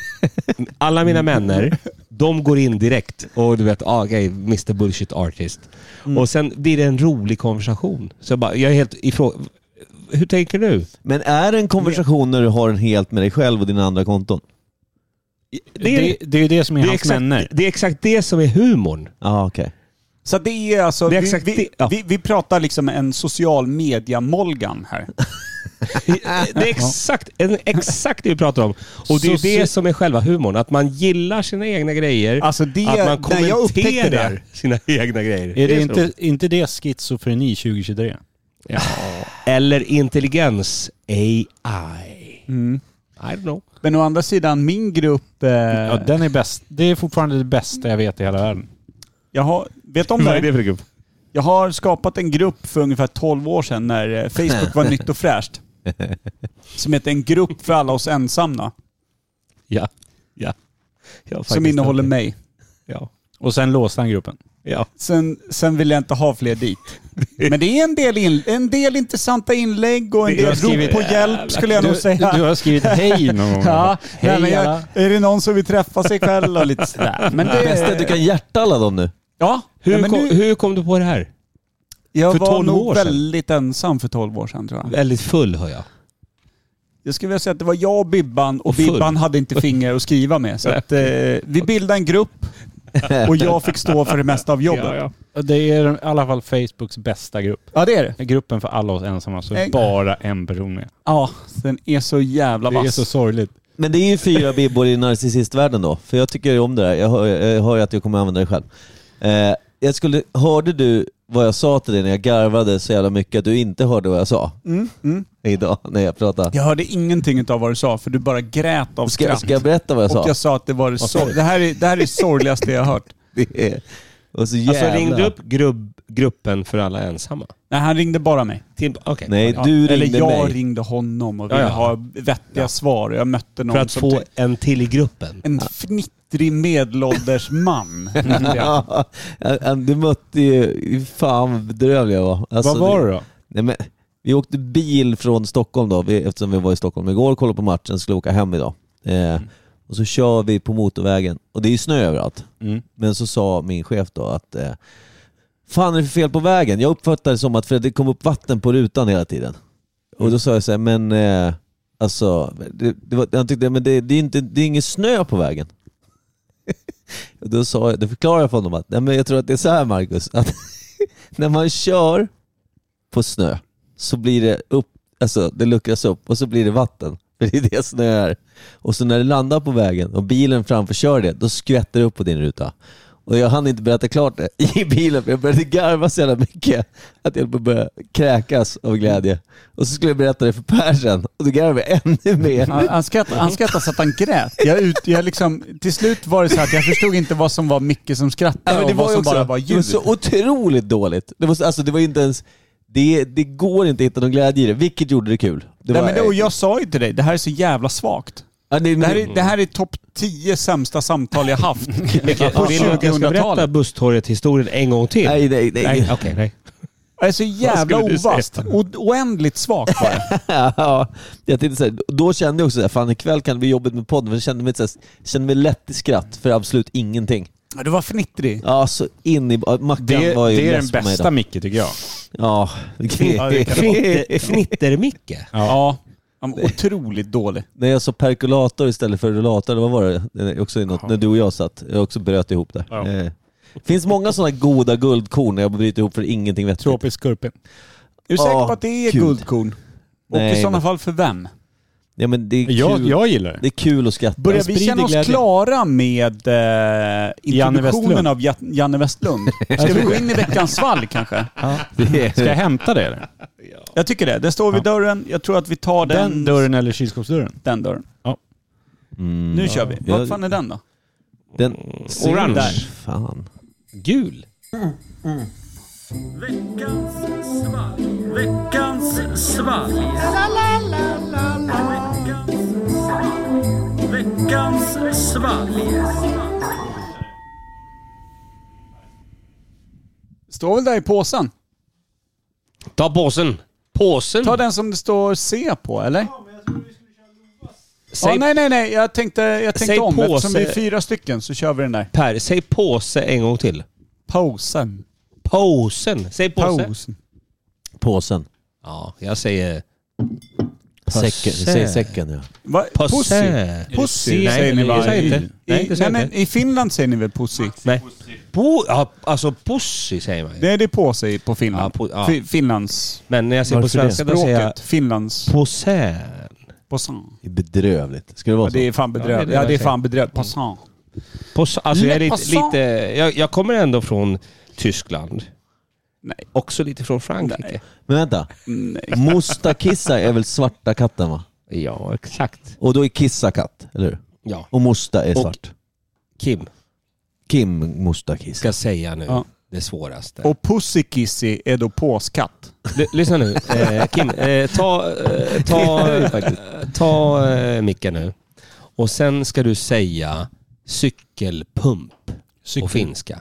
alla mina männer, de går in direkt och du vet, ah, okej, mister Bullshit Artist. Mm. Och sen blir det en rolig konversation. Så jag, bara, jag är helt ifrån... Hur tänker du? Men är det en konversation när du har den helt med dig själv och dina andra konton? Det är, Det, det är ju det som är det är, hans exakt, vänner. det är exakt det som är humorn. Ja, okej. Så det är alltså... Det är vi, exakt vi, det, ja. vi, vi pratar liksom en social media-molgan här. Det är exakt, exakt det vi pratar om. Och det är Så- det som är själva humorn. Att man gillar sina egna grejer. Alltså det... att man när jag upptäckte kommenterar det... sina egna grejer. Är det så inte, roligt. inte det schizofreni tjugohundratjugotre? Ja. Eller intelligens A I. Mm. I don't know. Men å andra sidan, min grupp... Eh, Ja, den är bäst. Det är fortfarande det bästa jag vet i hela världen. jag har, vet om Vad är det? det för grupp? Jag har skapat en grupp för ungefär tolv år sedan när eh, Facebook var nytt och fräscht. Som heter En grupp för alla oss ensamma. Ja. Ja. ja Som innehåller mig. Ja. Och sen låste han gruppen. Ja. Sen, sen vill jag inte ha fler dit. Men det är en del, in, en del intressanta inlägg och en Du del har skrivit- rop på hjälp skulle jag du, nog säga. Du, du har skrivit hej någon gång. Ja, Hej nej, men jag, alla. är det någon som vill träffa sig själv och lite sådär. Men det, Bäst att du kan hjärta alla dem nu. Ja, Hur, ja, men kom, nu, hur kom du på det här? jag för var tolv nog år sedan? väldigt ensam för tolv år sedan tror jag. Väldigt full hör jag. Jag skulle vilja säga att det var jag och Bibban och, Och full. Bibban hade inte finger att skriva med. Så att, eh, vi bildade en grupp och jag fick stå för det mesta av jobbet. Ja, ja. Det är i alla fall Facebooks bästa grupp. Ja, det är det. Gruppen för alla oss ensamma, så Ex- bara en person med. Ja, den är så jävla Det är vass. så sorgligt. Men det är ju fyra bibbor i narcissistvärlden då. För jag tycker om det där. Jag hör, jag hör att jag kommer använda det själv. Eh, jag skulle, hörde du vad jag sa till dig när jag garvade så jävla mycket att du inte hörde vad jag sa Mm, mm. idag när jag pratade? Jag hörde ingenting av vad du sa för du bara grät av Ska, skratt. ska jag berätta vad jag sa? Och jag sa att det var det, sor- det, här är, det här är det sorgligaste jag har hört. Det är, och så jävla... Alltså ringde upp grupp, gruppen för alla ensamma? Nej, han ringde bara mig. Till, okay. Nej, Ja, du eller ringde jag mig. ringde honom och Ja, ville ja. ha vettiga svar. Jag mötte någon För att som få ty- en till i gruppen? en fnittrig medelålders man. mötte jag. Ja, ja, du mötte ju... Fan vad bedrövlig jag var. Alltså, Vad var det då? Nej, men, vi åkte bil från Stockholm då, vi, eftersom vi var i Stockholm igår och kollade på matchen, skulle åka hem idag. Eh, Mm. och så kör vi på motorvägen och det är ju snö överallt. Mm. Men så sa min chef då att eh, fan är det för fel på vägen? Jag uppfattade det som att det kom upp vatten på rutan hela tiden. Och då sa jag så här, men eh, alltså, det, det var, jag tyckte, men det, det är inte, det är ingen snö på vägen. Och då sa jag, då förklarade jag för honom att nej, men jag tror att det är så här, Marcus, att när man kör på snö så blir det upp, alltså det luckras upp och så blir det vatten. För det är det snö är. Och så när det landar på vägen och bilen framför kör det, då skvätter det upp på din ruta. Och jag hann inte berätta klart det i bilen för jag började garva så jävla mycket att jag började kräkas av glädje. Och så skulle jag berätta det för Per sen och då garvade jag ännu mer. Han, han, skrattade, han skrattade så att han grät. Jag ut, jag liksom, till slut var det så att jag förstod inte vad som var Micke som skrattade Ja, men det och vad var ju som också, bara var det var ljud. så otroligt dåligt. Det var, så- alltså, det var inte ens... Det, det går inte att hitta någon glädje i det, vilket gjorde det kul. Det Nej, var, men det, och jag sa ju till dig, det här är så jävla svagt. ja, det, Det här är, det här är topp tio sämsta samtal jag haft på Vill du att jag ska berätta tjugohundratalet. Busstorget-historien en gång till? nej, nej, nej. Nej, okej, nej. Det är så jävla skulle du säga? ovast. O- oändligt svagt var det. Ja, jag tänkte så här, då kände jag också så här, fan ikväll kan det bli jobbigt med podden, för jag kände mig, så här, kände mig lätt i skratt för absolut ingenting. Du var fnittrig. Ja, så in i... Mackan Det, var ju det är less den på mig bästa då. Micke tycker jag. Ja. Ja, det kan det Fnitter, Fnitter-Micke? Ja. Han var otroligt dålig. När jag sa perkulator istället för rullator, vad var det? Det är också något, när du och jag satt. Jag också bröt ihop det. Ja. Eh. finns många sådana goda guldkorn när jag bryter ihop för ingenting vettigt. Tropisk skurpe. Är du säker Ja, på att det är kul. guldkorn? Och Nej, i sådana men- fall för vem? Ja, men det är kul. Jag, jag gillar det. Det är kul att skratta. Börjar vi sprider känna oss glädje. klara med eh, Janne introduktionen Westlund. av Ja- Janne Westlund? Ska vi gå in i veckans svalg kanske? Ska jag hämta det eller? Jag tycker det. Det står vid dörren. Jag tror att vi tar den, Den dörren eller kylskåpsdörren? den dörren. Mm. Nu kör vi. Jag- Vad fan är den då? Den... Orange. Där. Fan. Gul. Veckans svalg. Veckans svalg. Veckans svalg. Står väl där i påsen? Ta påsen. Påsen. Ta den som det står C på, eller? Säg, Ja, nej, nej, nej. Jag tänkte, jag tänkte Säg om. påse. Eftersom vi är fyra stycken så kör vi den där. Per, säg påse en gång till. Påsen. Påsen. Säg påse. Påsen. Påsen. Ja, jag säger... Säcken. Säg säcken, ja. Va? Pussy. Pussy. Pussy Nej, säger ni det va? säger jag inte. I, Nej, det säger nej, jag men i Finland säger ni väl pussy? Nej. Po, ja, alltså pussy säger man ju. Det är det påse i på Finland. Ja, po- ja. Fi- Finlands Men när jag säger på Varför det? svenska då säger jag språket. Finlands påsen. påsen. Det är bedrövligt. Ska det vara Ja, så? det är fan Ja, bedrövligt. det är Ja, det det är jag fan bedrövligt. Påsen. Pås, alltså jag är Le lite... passant. lite jag, jag kommer ändå från Tyskland. Nej. Också lite från Frankrike. Nej. Men vänta. Nej. Mustakissa är väl svarta katten, va? Ja, exakt. Och då är Kissa katt, eller hur? Ja. Och Musta är Och- svart. Kim Kim Mustakissa. ska säga nu Ja. det svåraste. Och Pussykissy är då påskatt. L- lyssna nu. Eh, Kim, eh, ta, eh, ta, eh, ta eh, micken nu. Och sen ska du säga cykelpump på finska.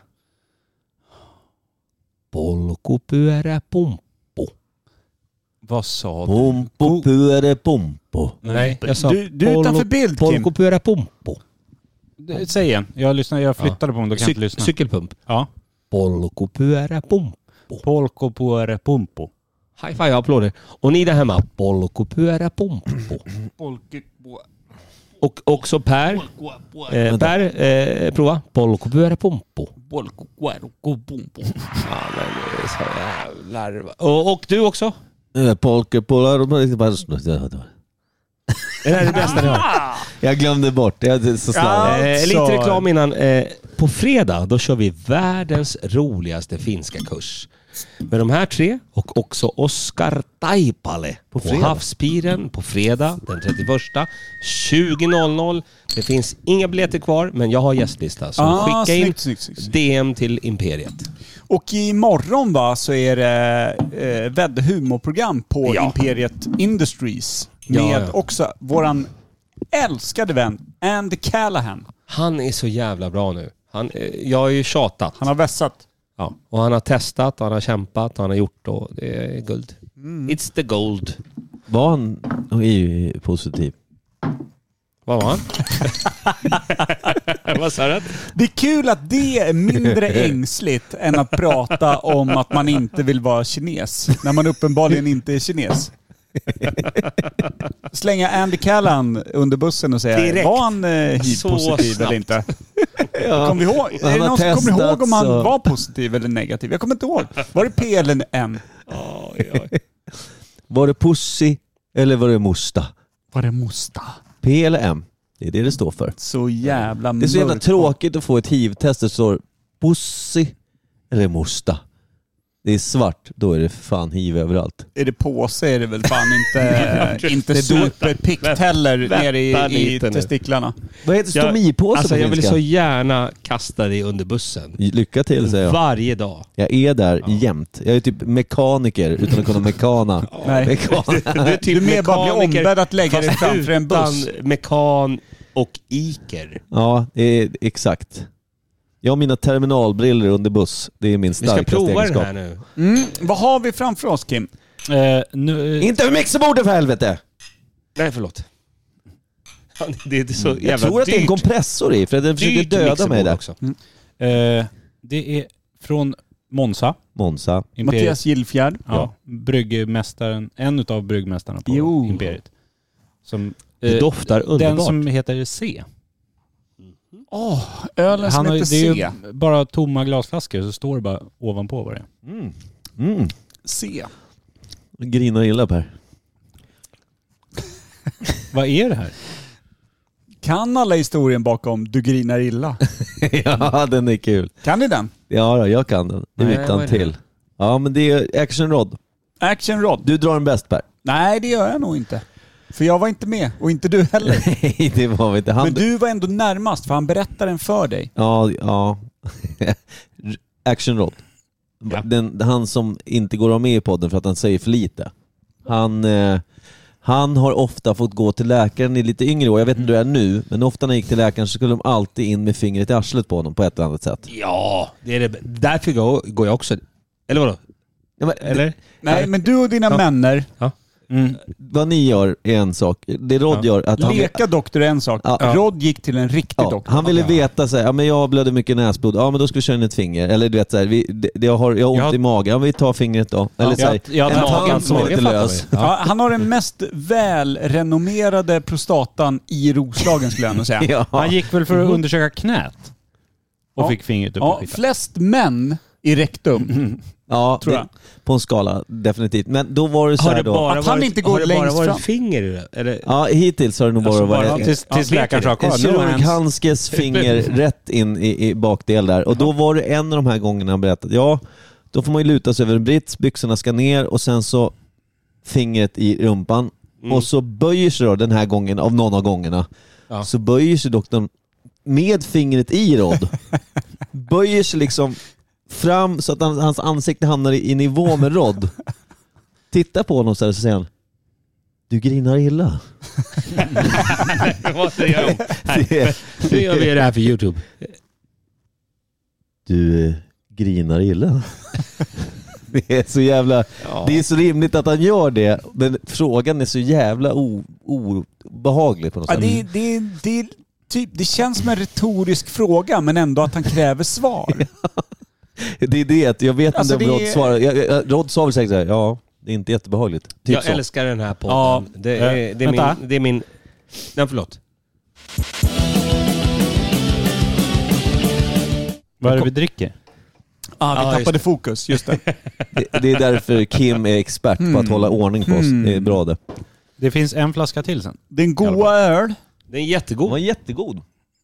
Polkupyöräpumppu. Vad sa du? Pompo puere pompo. Nej, jag sa Du- du är utanför bild, Kim. Polkupyöräpumppu. Det- Säg igen. Jag, lyssnar, jag flyttade på mig, då kan jag inte Cy- lyssna. cykelpump. Ja. Polkupyöräpumppu. Polkopuere pumpo. High five, applåder. Och ni där hemma, polkupyöräpumppu. Och också Per. Eh, per, eh, prova. Polkupyöräpumppu. Ja, men det är så jävlar. Och, och du också? Eh, Polke polar. Det här är det bästa ni har. Jag glömde bort. Jag är så slarvig. Eh, lite reklam innan. Eh, på fredag då kör vi världens roligaste finska kurs. Med de här tre och också Oskar Taipale på, på fredag. Havspiren på fredag den trettioförsta tjugo noll noll. Det finns inga biljetter kvar, men jag har gästlista. Så Ah, skicka in snyggt, snyggt, snyggt. D M till Imperiet. Och imorgon va, så är det eh, vädd humorprogram på Ja. Imperiet Industries. Ja, Med ja. också våran älskade vän Andy Callahan. Han är så jävla bra nu. Han, eh, jag har ju tjatat. Han har vässat. Ja. Och han har testat, han har kämpat, han har gjort och det är guld. It's the gold. Var han är ju positiv? Vad var han? Vad sa du? Det är kul att det är mindre ängsligt än att prata om att man inte vill vara kines. När man uppenbarligen inte är kines. Slänga Andy Callahan under bussen och säga, Direkt. var han eh, hiv-positiv snabbt. eller inte? Kommer vi ihåg? Är Han det har någon som kommer ihåg testat, om han så- var positiv eller negativ? Jag kommer inte ihåg. Var det P eller N? Var det Pussy eller var det Musta? Var det Musta? P eller M? Det är det det står för. Så jävla Det är så jävla mörkt. tråkigt att få ett hiv-test där det står Pussy eller Musta. Det är svart, då är det fan hiv överallt. Är det påse är det väl fan inte, inte superpikt heller nere vänta i, i lite nu. testiklarna. Vad heter Jag- stomipåse Alltså på jag vill finska? så gärna kasta dig under bussen. Lycka till, säger jag. Varje dag. Jag är där jämt. Jag är typ mekaniker utan att kunna mekana. Nej. Mekana. Du är typ Du mer bara blir mekaniker, ombedd att lägga dig fast framför en buss. utan mekan och iker. Ja, det är exakt. Jag har mina terminalbriller under buss. Det är min Vi ska starkaste prova egenskap. den här nu. Mm. Vad har vi framför oss, Kim? Eh, nu, eh, Inte över mixerbordet för helvete! Nej, förlåt. Ja, det är inte så jävla Jag tror att det är en dyrt. kompressor i, för den försöker Dyrt döda mixerbord mig där. också. eh, det är från Monza. Monza. Imperiet. Mattias Gillfjärd. Ja. Bryggmästaren, en utav bryggmästarna på Jo. Imperiet. Som, Det eh, doftar underbart. Den som heter C. Åh, oh, ölen som har, heter det är C. ju bara tomma glasflaskor så står det bara ovanpå vad det är. Mm. Mm. C. Grinar illa, Per. Vad är det här? Kan alla historien bakom Du grinar illa? Ja, den är kul. Kan ni den? Ja, då, jag kan den. Nej, Utan vad är det? till. Ja, men det är Action Rod. Action Rod? Du drar den bäst, Per. Nej, det gör jag nog inte. För jag var inte med, och inte du heller. Nej, det var vi inte. Han... Men du var ändå närmast, för han berättar den för dig. Ja, ja. Action Rod. Ja. Den, han som inte går med i podden för att han säger för lite. Han, eh, han har ofta fått gå till läkaren i lite yngre år. Jag vet inte hur det är nu, men ofta när jag gick till läkaren så skulle de alltid in med fingret i arslet på honom på ett eller annat sätt. Ja, det är det. Därför går går jag också. Eller vadå? Ja, men, Eller? Nej, men du och dina Ja. männer, Mm. Vad ni gör är en sak. Det Rod Ja. gör att han... leka doktor är en sak. Ja. Rod gick till en riktig Ja, doktor. han ville Ja. veta så här, ja men jag blödde mycket näsblod, ja men då ska vi köra in ett finger. Eller du vet så här, vi, det, det jag, har, jag har ont Jag- i magen, ja vi tar fingret då. Eller så här, Jag, jag, en jag, magen- tand som är magen lite fattar lös. vi. Ja, han har den mest välrenommerade prostatan i Roslagen, skulle jag nog säga. Ja. han gick väl för att undersöka knät och Ja. fick fingret upp Ja, och skita. flest män i rektum. Ja, Tror det, jag. på en skala definitivt. Men då var det så Har här det då. bara Att han varit, inte går har det bara längst varit fram. finger i det? Eller? Ja, hittills har det nog bara Alltså, varit bara en, Tills, tills Ja, läkaren sa vet en kolla, nu har han... kirurghandskes finger rätt in i, i bakdel där. Och då var det en av de här gångerna han berättade, ja, då får man ju luta sig över en brits, byxorna ska ner och sen så fingret i rumpan. Mm. Och så böjer sig då den här gången, av någon av gångerna, Ja. så böjer sig doktorn med fingret i Rod. Böjer sig liksom fram så att han, hans ansikte hamnar i, i nivå med Rod. Titta på honom så här, så säger han, du grinar illa. Vad säger jag? Det, Nu gör vi det här för YouTube. du eh, grinar illa. Det är så jävla... Ja. Det är så rimligt att han gör det, men frågan är så jävla o, obehaglig på något Ja, sätt. det, det, det, typ, det känns som en retorisk fråga, men ändå att han kräver svar. Det är det, att jag vet Alltså, inte om det Rod är- svarar. Jag, jag, Rod sa väl säkert så här, ja, det är inte jättebehagligt. Typ Jag så. älskar den här podden. Ja, det, är, eh, det, är vänta. min, det är min... Nej, förlåt. Vad är det vi dricker? Ah, vi Ja, just tappade det. fokus, just det. Det, det är därför Kim är expert på att Mm. hålla ordning på oss. Mm. Det är bra det. Det finns en flaska till sen. Den goa öl. Den är Den jättegod. var jättegod.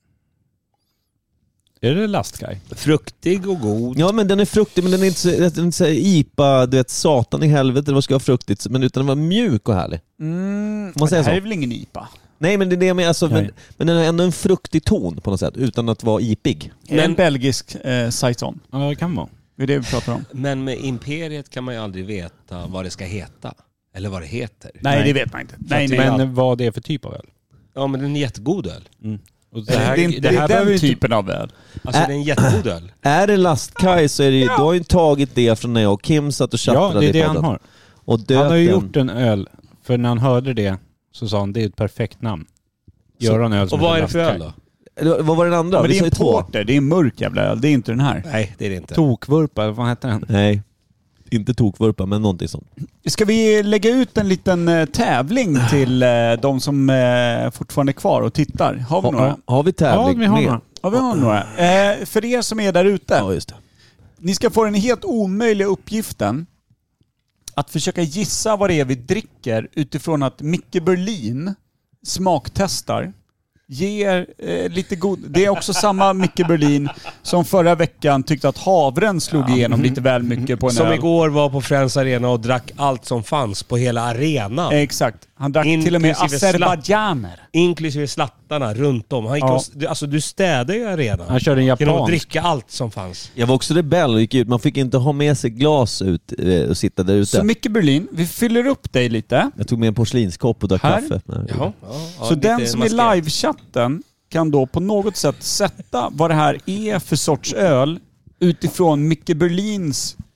Är det Lastguy? Fruktig och god. Ja, men den är fruktig, men den är inte så, den är inte så här I P A, du vet, satan i helvete, vad ska jag ha fruktigt, men utan den var mjuk och härlig. Mm, Får man säga det här så? är väl ingen I P A? Nej, men det är det med, alltså, men, Nej. men den har ändå en fruktig ton på något sätt, utan att vara ipig. Är det en Men- belgisk eh, saison? Ja, det kan vara. Det är det vi pratar om. Men med Imperiet kan man ju aldrig veta vad det ska heta. Eller vad det heter. Nej, Nej. det vet man inte. Nej, nej. Men vad det är för typ av öl? Ja, men den är jättegod öl. Och det, är inte, det, är behöver den ju typ... typen av öl. Alltså Ä- det är en jättegod öl. Är det lastkaj så är det ju, du har ju tagit det från när jag och Kim satt och Ja, tjattrade det är i det han podden. har. Och döpt Han har ju den. gjort en öl, för när han hörde det så sa han det är ett perfekt namn. Gör en öl som Och vad är det heter för öl Lastguy. då? Eller, vad var den andra? Men Vi det sa är ju en två. porter, det är en mörk jävla öl. Det är inte den här. Nej, det är det inte. Tokvurpa, vad fan heter den? Nej, inte tokvurpa, men någonting sånt. Ska vi lägga ut en liten eh, tävling till eh, de som eh, fortfarande är kvar och tittar? Har vi Ha, några? ha, har vi Ja, tävling vi har med? några. Ja, vi har några. Eh, för er som är där ute, Ja, just det. ni ska få den helt omöjliga uppgiften att försöka gissa vad det är vi dricker utifrån att Micke Berlin smaktestar. Ger eh, lite god... Det är också samma Micke Berlin som förra veckan tyckte att havren slog igenom lite väl mycket på en Som öl. igår var på Friends Arena och drack allt som fanns på hela arenan. Exakt. Han drack till och med Inklusive azerbajdzjaner. Inklusive slattarna runt om. Han gick Ja. och, du- alltså du städade ju arenan. Han körde en Genom att japansk. dricka allt som fanns. Jag var också rebell och gick ut. Man fick inte ha med sig glas ut eh, och sitta där ute. Så Micke Berlin, vi fyller upp dig lite. Jag tog med en porslinskopp och drack Här? kaffe. Nej. Jaha. Ja, ja, Så lite den som är maskerat. livechatten kan då på något sätt sätta vad det här är för sorts öl utifrån Micke Berlins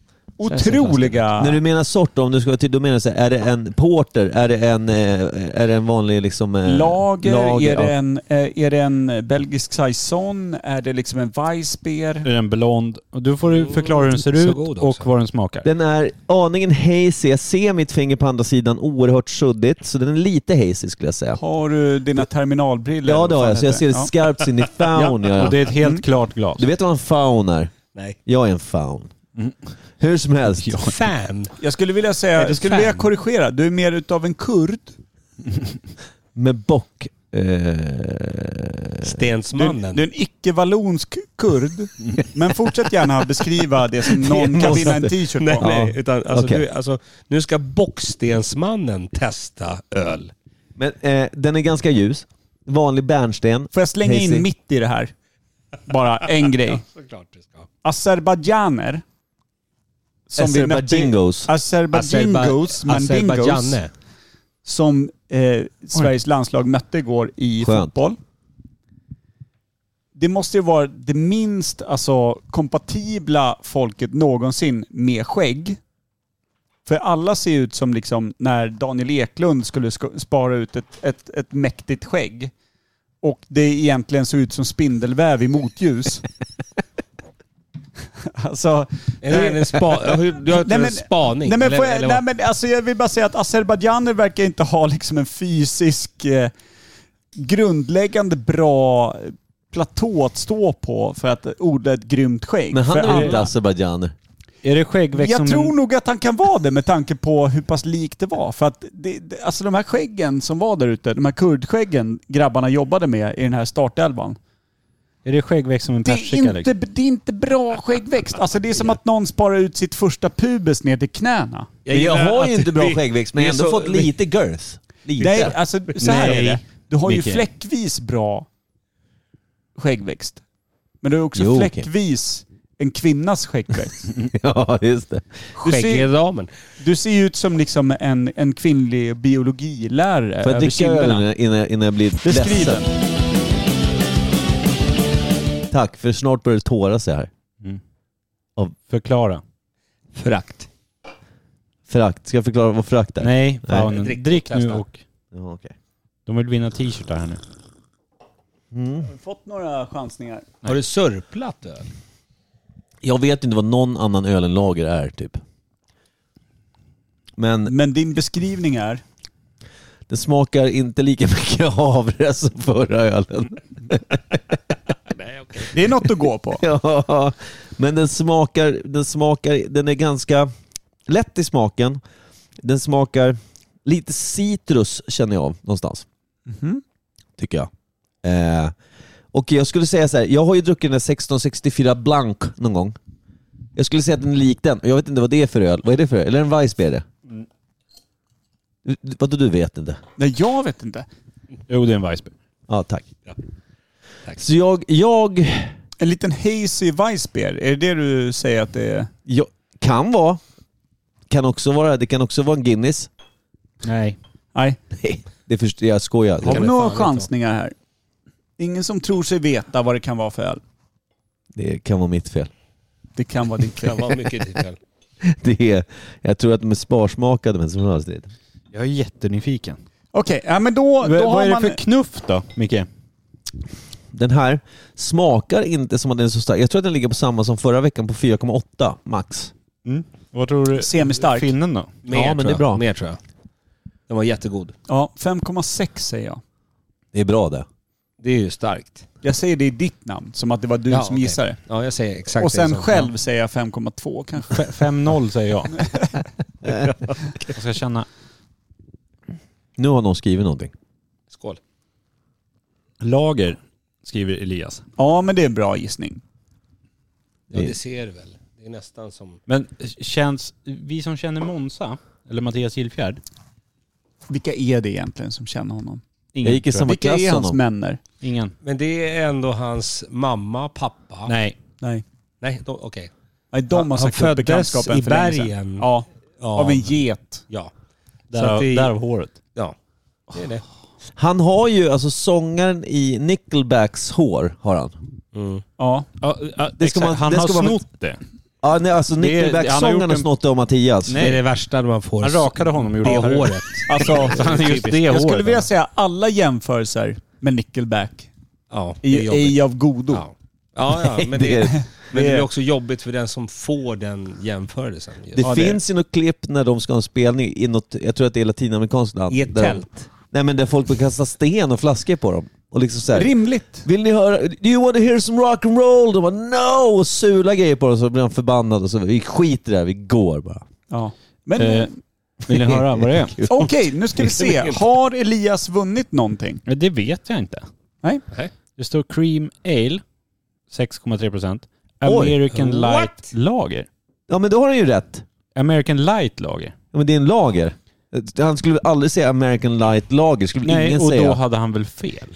otroliga... När du menar sort, om du ska vara till, då menar du så här, är det en porter, är det en, är det en vanlig liksom... Lager, lager är, det ja. en, är det en belgisk saison, är det liksom en Weissbier? Är den blond? Och du får förklara hur den ser ut och vad den smakar. Den är aningen hazy, jag ser mitt finger på andra sidan oerhört suddigt, så den är lite hazy skulle jag säga. Har du dina terminalbriller? Ja det har jag, så jag ser ja. skarpt in i faun. Ja, och det är ett helt mm. klart glas. Du vet vad en faun är? Nej. Jag är en faun. Mm. Hur som helst. Fan. Jag skulle vilja säga, jag skulle vilja korrigera. Du är mer utav en kurd. Med bock. Eh... Stensmannen. Du, du är en icke-vallonsk kurd. Men fortsätt gärna beskriva det som någon kan vinna en t-shirt på. Nej, nej, utan alltså, okay. du, alltså, nu ska bockstensmannen testa öl. Men eh, den är ganska ljus. Vanlig bärnsten. Får jag slänga hazy. in mitt i det här? Bara en grej. Azerbaijaner. Azerbajingos. Azerbajingos. Mandingos. Som eh, Sveriges landslag mötte igår i Skönt. fotboll. Det måste ju vara det minst alltså, kompatibla folket någonsin med skägg. För alla ser ut som liksom när Daniel Eklund skulle spara ut ett, ett, ett mäktigt skägg. Och det egentligen såg ut som spindelväv i motljus. Alltså... Är det en spa, du har nej, men, en spaning? Nej, men, eller, jag, eller nej, men alltså, jag vill bara säga att azerbajdzjaner verkar inte ha liksom en fysisk eh, grundläggande bra platå att stå på för att odla ett grymt skägg. Men han för är alla... inte azerbajdzjaner. Är det skäggväxt Jag som tror en... nog att han kan vara det med tanke på hur pass likt det var. För att det, det, alltså de här skäggen som var där ute, de här kurdskäggen grabbarna jobbade med i den här startelvan. Är det skäggväxt som en persika? Det är inte, det är inte bra skäggväxt. Alltså det är som att någon sparar ut sitt första pubis ner till knäna. Jag, jag har ju inte bra vi, skäggväxt, men jag har ändå så, fått vi, lite girth. Lite. Nej, alltså så här Nej, är det. Du har Micke. ju fläckvis bra skäggväxt. Men du har också jo, fläckvis okay. en kvinnas skäggväxt. Ja, just det. Skäggdamen. Du ser ju ut som liksom en, en kvinnlig biologilärare. Får jag dricka öl innan, innan jag blir Beskriv den. Tack, för snart börjar det tåra sig här. Mm. Av förklara. Förakt. Förakt. Ska jag förklara vad förakt är? Nej, fan. Drick, Drick nu och... Ja, okay. De vill vinna t-shirtar här nu. Mm. Har du fått några chansningar? Nej. Har du sörplat öl? Jag vet inte vad någon annan ölenlager är, typ. Men... Men din beskrivning är... Det smakar inte lika mycket havre som förra ölen. Nej, okay. Det är något att gå på. Ja, men den smakar, den smakar, den är ganska lätt i smaken. Den smakar lite citrus, känner jag någonstans. Mm-hmm. Tycker jag. Eh, och jag skulle säga så här, jag har ju druckit den här sexton sextiofyra Blanc någon gång. Jag skulle säga att den är lik den. Jag vet inte vad det är för öl. Vad är det för öl? Eller en Weissbier? Mm. Vad du vet inte? Nej, jag vet inte. Jo, det är en Weissbier. Ja, tack. Ja. Tack. Så jag, jag... En liten hazy Weissbier. Är det det du säger att det är? Jag, kan vara. Kan också vara. Det kan också vara en Guinness. Nej. Nej. Det förstår jag, skojar. Har vi några chansningar här? Ingen som tror sig veta vad det kan vara för öl. Det kan vara mitt fel. Det kan vara ditt fel. Det kan vara mycket ditt fel. Det är, jag tror att de är sparsmakade, men som helst. Jag är jättenyfiken. Okej, okay, ja, men då, då v- har Vad är man... det för knuff då, Micke? Den här smakar inte som att den är så stark. Jag tror att den ligger på samma som förra veckan på fyra komma åtta max. Mm. Vad tror du? Semistark. Finnen då? Mer, ja, men det är bra. Mer tror jag. Den var jättegod. Ja, fem komma sex säger jag. Det är bra det. Det är ju starkt. Jag säger det i ditt namn, som att det var du ja, som okay. gissade. Ja, jag säger exakt. Och sen det som, själv ja. säger jag fem komma två kanske. fem noll säger jag. Jag ska känna. Nu har någon skrivit någonting. Skål. Lager, skriver Elias. Ja, men det är en bra gissning. Ja, det ser du väl. Det är nästan som... Men känns, vi som känner Monza, eller Mattias Gillfjärd. Vilka är det egentligen som känner honom? Ingen, jag gick i samma Vilka klass är hans honom. männer? Ingen. Men det är ändå hans mamma, pappa. Nej. Nej. Nej, okej. Okay. Nej, de har Han sagt upp föddes bekantskapen i för länge sedan. bergen. Ja, Ja. av en get. Ja. Därav, det, därav håret. Ja, det är det. Han har ju, alltså sångaren i Nickelbacks hår har han. Mm. Ja. Ja, ja, Det ska exakt. man- han det har ska man- snott det. Ja, nej, alltså Det är- Nickelback-sången han har en- snott det om Mattias. Det är det värsta man får. Han rakade honom och gjorde i det. håret. Alltså, Så han är just det jag skulle håret. vilja säga alla jämförelser med Nickelback Ja, det är i, jobbigt. i av godo. Ja, ja, ja men, Det det, är- men det är också jobbigt för den som får den jämförelsen. Det Ja, det- finns ju något klipp när de ska ha en spelning i något, jag tror att det är latinamerikanskt land. I ett där de- tält. Nej men där folk får kasta sten och flaskor på dem. Och liksom så här, Rimligt. vill ni höra, do you want to hear some rock and roll? De bara no! Och sula grejer på dem så blir de förbannade och så vi skiter där, vi går bara. Ja. Men Eh, vill ni höra vad det är? okej, nu ska vi se. Har Elias vunnit någonting? Ja, det vet jag inte. Nej. Det står Cream Ale, sex komma tre procent. Oj. American What? Light Lager. Ja men då har han ju rätt. American Light Lager. Ja, men det är en lager. Han skulle aldrig säga American Light Lager, skulle Nej, ingen och säga. då hade han väl fel.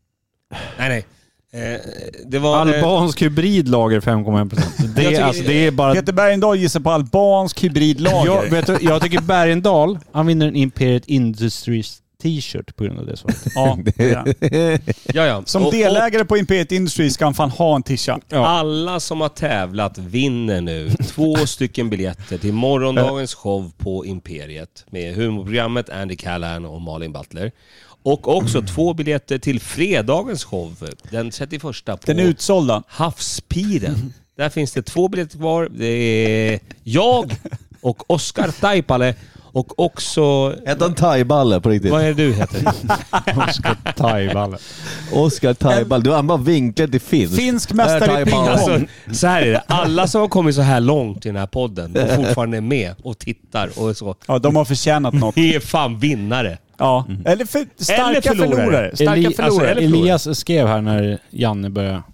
Nej, nej. Eh, det var... Albansk hybridlager fem komma en procent. Det, Jag är- tycker- alltså, det är bara... Peter Bergendahl gissar på albansk hybridlager. Jag, vet du, jag tycker Bergendahl, han vinner en Imperiet Industries t-shirt på grund av det svaret. Ja, det är han. ja, ja. Som Och- och delägare på Imperiet Industries ska han fan ha en tisha. Ja. Alla som har tävlat vinner nu två stycken biljetter till morgondagens show på Imperiet med humorprogrammet Andy Callahan och Malin Butler. Och också två biljetter till fredagens show den trettioförsta på Den är utsålda. Havspiren. Där finns det två biljetter kvar. Det är jag och Oscar Taipale och också... Hette han thaiballe på riktigt? Vad är det du heter? Oscar Taiballe. Oscar thaiballe. Du har bara vinklat till finsk. Finsk mästare i pingpong. Alltså, så här är det. Alla som har kommit så här långt i den här podden och fortfarande är med och tittar och så. Ja, de har förtjänat något. Det är fan vinnare. Ja. Eller för, starka Eller förlorare. förlorare. Starka Eli, förlorare. alltså, eller förlorare. Elias skrev här när Janne började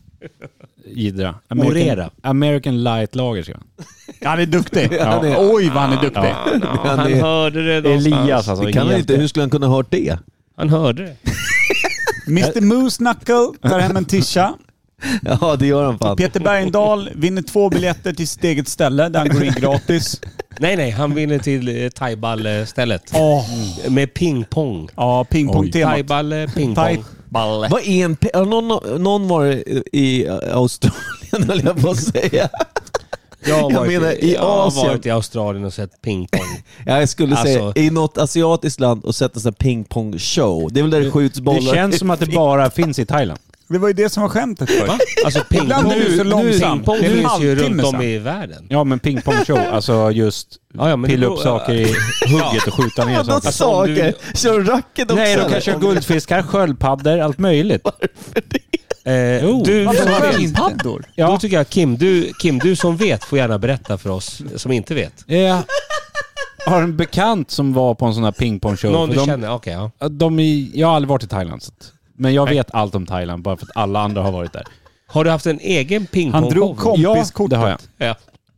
gidra. Orera. American Light Lager skrev han. Han är duktig. Han är- Oj, vad han är duktig. Ja, Han han är- hörde det någonstans. Elias alltså. Det kan han ingen inte, hjälte. hur skulle han kunna ha hört det? Han hörde det. mister Moose Knuckle tar hem en tisha. Ja det gör han fan. Peter Bergendahl vinner två biljetter till sitt eget ställe där han går in gratis. Nej, nej. Han vinner till eh, thaiballe-stället. Åh, Med pingpong. ja, pingpongtemat. Thaiballe, pingpong. Thai- Balle. Vad är en... pe- Har någon, någon varit i Australien höll jag på att säga. Jag har Jag varit, menar, i, i jag har Asien- varit i Australien och sett pingpong. Ja, jag skulle säga Alltså- i något asiatiskt land och sett en sån här pingpong-show. Det är väl där det skjuts bollar. Det känns som att det bara finns i Thailand. Det var ju det som var skämtet för. Va? Alltså Ibland pingpong, är du så långsam. pingpong Det är en finns ju halvtimme runt om sedan. i världen. Ja, men pingpongshow, alltså just Ja, ja, men pilla det upp beror- saker i hugget och skjuta ner Vadå saker. Alltså, om du- saker? Kör racket också? Nej, de eller? kan köra guldfiskar, sköldpaddor, allt möjligt. Eh, Jo, du Varför som vet. sköldpaddor? Då Ja, tycker jag Kim du, Kim, du som vet får gärna berätta för oss som inte vet. jag har en bekant som var på en sån här pingpongshow. Någon För du de, känner? Okej, ja. de är, jag har aldrig varit i Thailand, så att, men jag vet allt om Thailand bara för att alla andra har varit där. Har du haft en egen Han pingpongshow? drog kompiskortet. det har jag. Ja.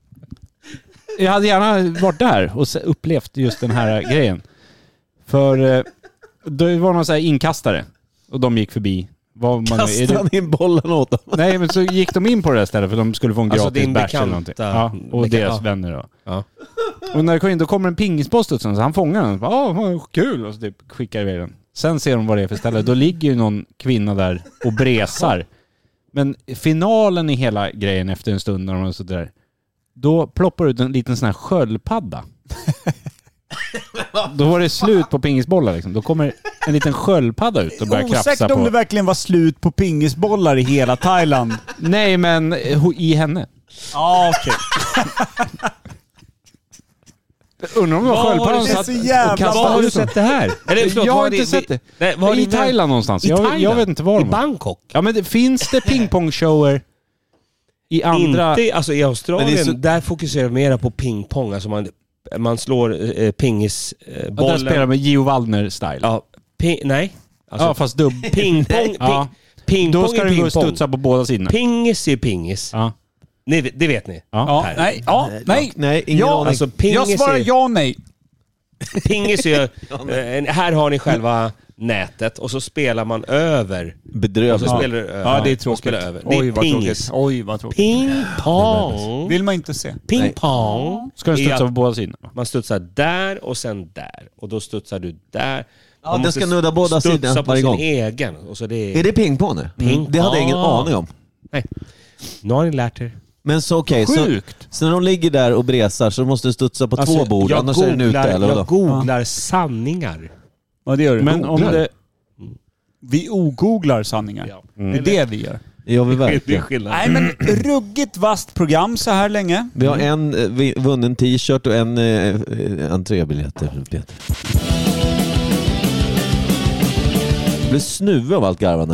Jag hade gärna varit där och se- upplevt just den här grejen. För eh, det var någon så här inkastare och de gick förbi. Vad man, är Kastade det, han in bollen åt dem? nej, men så gick de in på det där stället för de skulle få en Alltså gratis din bärs eller bekanta- någonting. Ja, och bekant- deras ja. vänner då. Ja. Och när det kom in, då kommer en pingisboll studsande, så han fångar den. Ja, vad kul! Och så typ skickar iväg den. Sen ser de vad det är för ställe. Då ligger ju någon kvinna där och bresar. Men finalen i hela grejen efter en stund när de har suttit där, då ploppar ut en liten sån här sköldpadda. Då var det slut på pingisbollar liksom. Då kommer en liten sköldpadda ut och börjar krafsa Osäkert om på... det verkligen var slut på pingisbollar i hela Thailand. Nej, men eh, i henne. Ja, okej. Undrar om det var Vad har sköldpaddan du sett? satt Så jävla och kastade Var har du ut dem. sett det här? Eller, förlåt, Jag var har det- inte sett det. Nej, var I det- Thailand någonstans. I jag, Thailand? jag vet inte var I de var. Bangkok? Ja, men det, finns det pingpongshower i andra... Inte, alltså i Australien, Men det är så- där fokuserar vi mera på pingpong. Alltså man, man slår eh, pingisbollen. Eh, Och där spelar med Gio Waldner-style. Ja, Ja, ping, nej. Alltså, fast dubb. pingpong, ping, Ja. pingpong Då ska är du gå och pingpong. studsa på båda sidorna. Pingis är pingis. Ja. Ni, det vet ni. Ja. Ja, Här. nej, ja, nej. Nej, ingen Ja, aning. Alltså pingis Jag svarar är, ja, nej. pingis är eh, här har ni själva nätet och så spelar man över. Och så Bedrövligt. spelar du över. Ja, det är Och tråkigt. spelar över. Det är Oj, vad pingis. tråkigt. Oj, vad tråkigt. Pingpong. Vill man inte se. Pingpong. Ska du är studsa att på båda sidorna? man studsar där och sen där. Och då studsar du där. Ja, Man den ska måste nudda båda studsa sidorna på varje sin gång. egen. Och så det är... Är det pingpong nu? Pingpong. Det hade jag ingen aning om. Nej. Nu har ni lärt er. Men så okej, okay, så, så när de ligger där och bresar så måste du studsa på alltså, två bord, annars googlar, är den ute eller Jag då? googlar ja. sanningar. Ja, det gör du. Men om det... Vi ogooglar sanningar. Ja. Mm. Det är det vi gör. Ja, vi verkligen. Nej, men ruggigt vast program så här länge. Vi har en vi, vunnen t-shirt och en eh, entrébiljetter. Det blir snuv av allt garvande.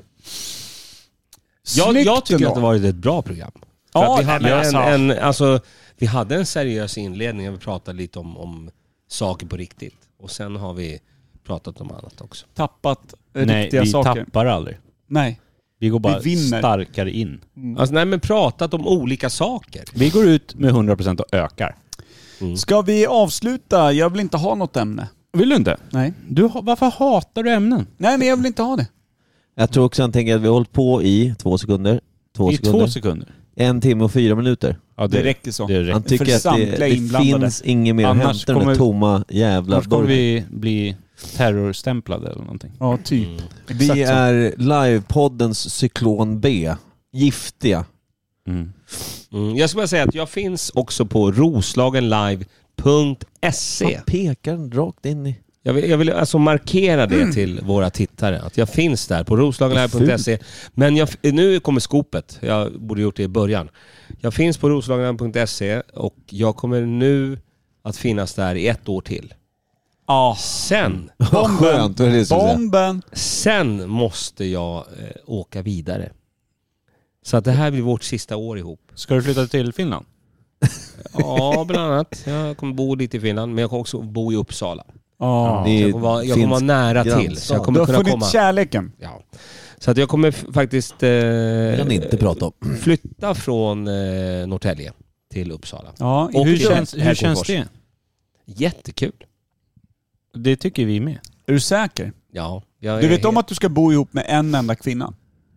Jag, jag tycker att det varit ett bra program. För ja, vi hade en, en, alltså, vi hade en seriös inledning. Vi pratade lite om, om saker på riktigt. Och sen har vi pratat om annat också. Tappat nej, riktiga vi saker. Vi tappar aldrig. Nej. Vi går bara vi starkare in. Mm. Alltså, nej, men pratat om olika saker. Vi går ut med hundra procent och ökar. Mm. Ska vi avsluta? Jag vill inte ha något ämne. Vill du inte? Nej. Du, varför hatar du ämnen? Nej, men jag vill inte ha det. Jag tror också han tänker att vi har hållit på i två sekunder. Två I sekunder. två sekunder? En timme och fyra minuter. Ja, det, det räcker så. Det räcker. Han tycker för att det, det finns inget mer att hämta med vi, tomma jävla annars kommer vi bli terrorstämplade eller någonting. Ja, typ. Mm. Vi är livepoddens Cyklon B. Giftiga. Mm. Mm. Jag ska bara säga att jag finns också på roslagenlive punkt se. Han pekar rakt in i... Jag vill, jag vill alltså markera det till våra tittare. Att jag finns där på roslagenlive punkt se. Men jag, nu kommer skopet. Jag borde gjort det i början. Jag finns på roslagenlive punkt se och jag kommer nu att finnas där i ett år till. Ja. Sen bomben, skönt, det det bomben. Sen måste jag eh, åka vidare. Så att det här blir vårt sista år ihop. Ska du flytta till Finland? Ja, bland annat. Jag kommer bo lite i Finland, men jag kommer också bo i Uppsala. Ja. Jag kommer vara, jag kommer vara nära till. Så jag kommer du har kunna funnit komma. Kärleken. Ja. Så att jag kommer f- faktiskt eh, kan inte prata om. flytta från eh, Norrtälje till Uppsala. Ja, och hur känns, hur känns det? Jättekul. Det tycker vi med. Är du säker? Ja. Jag du vet helt... om att du ska bo ihop med en enda kvinna?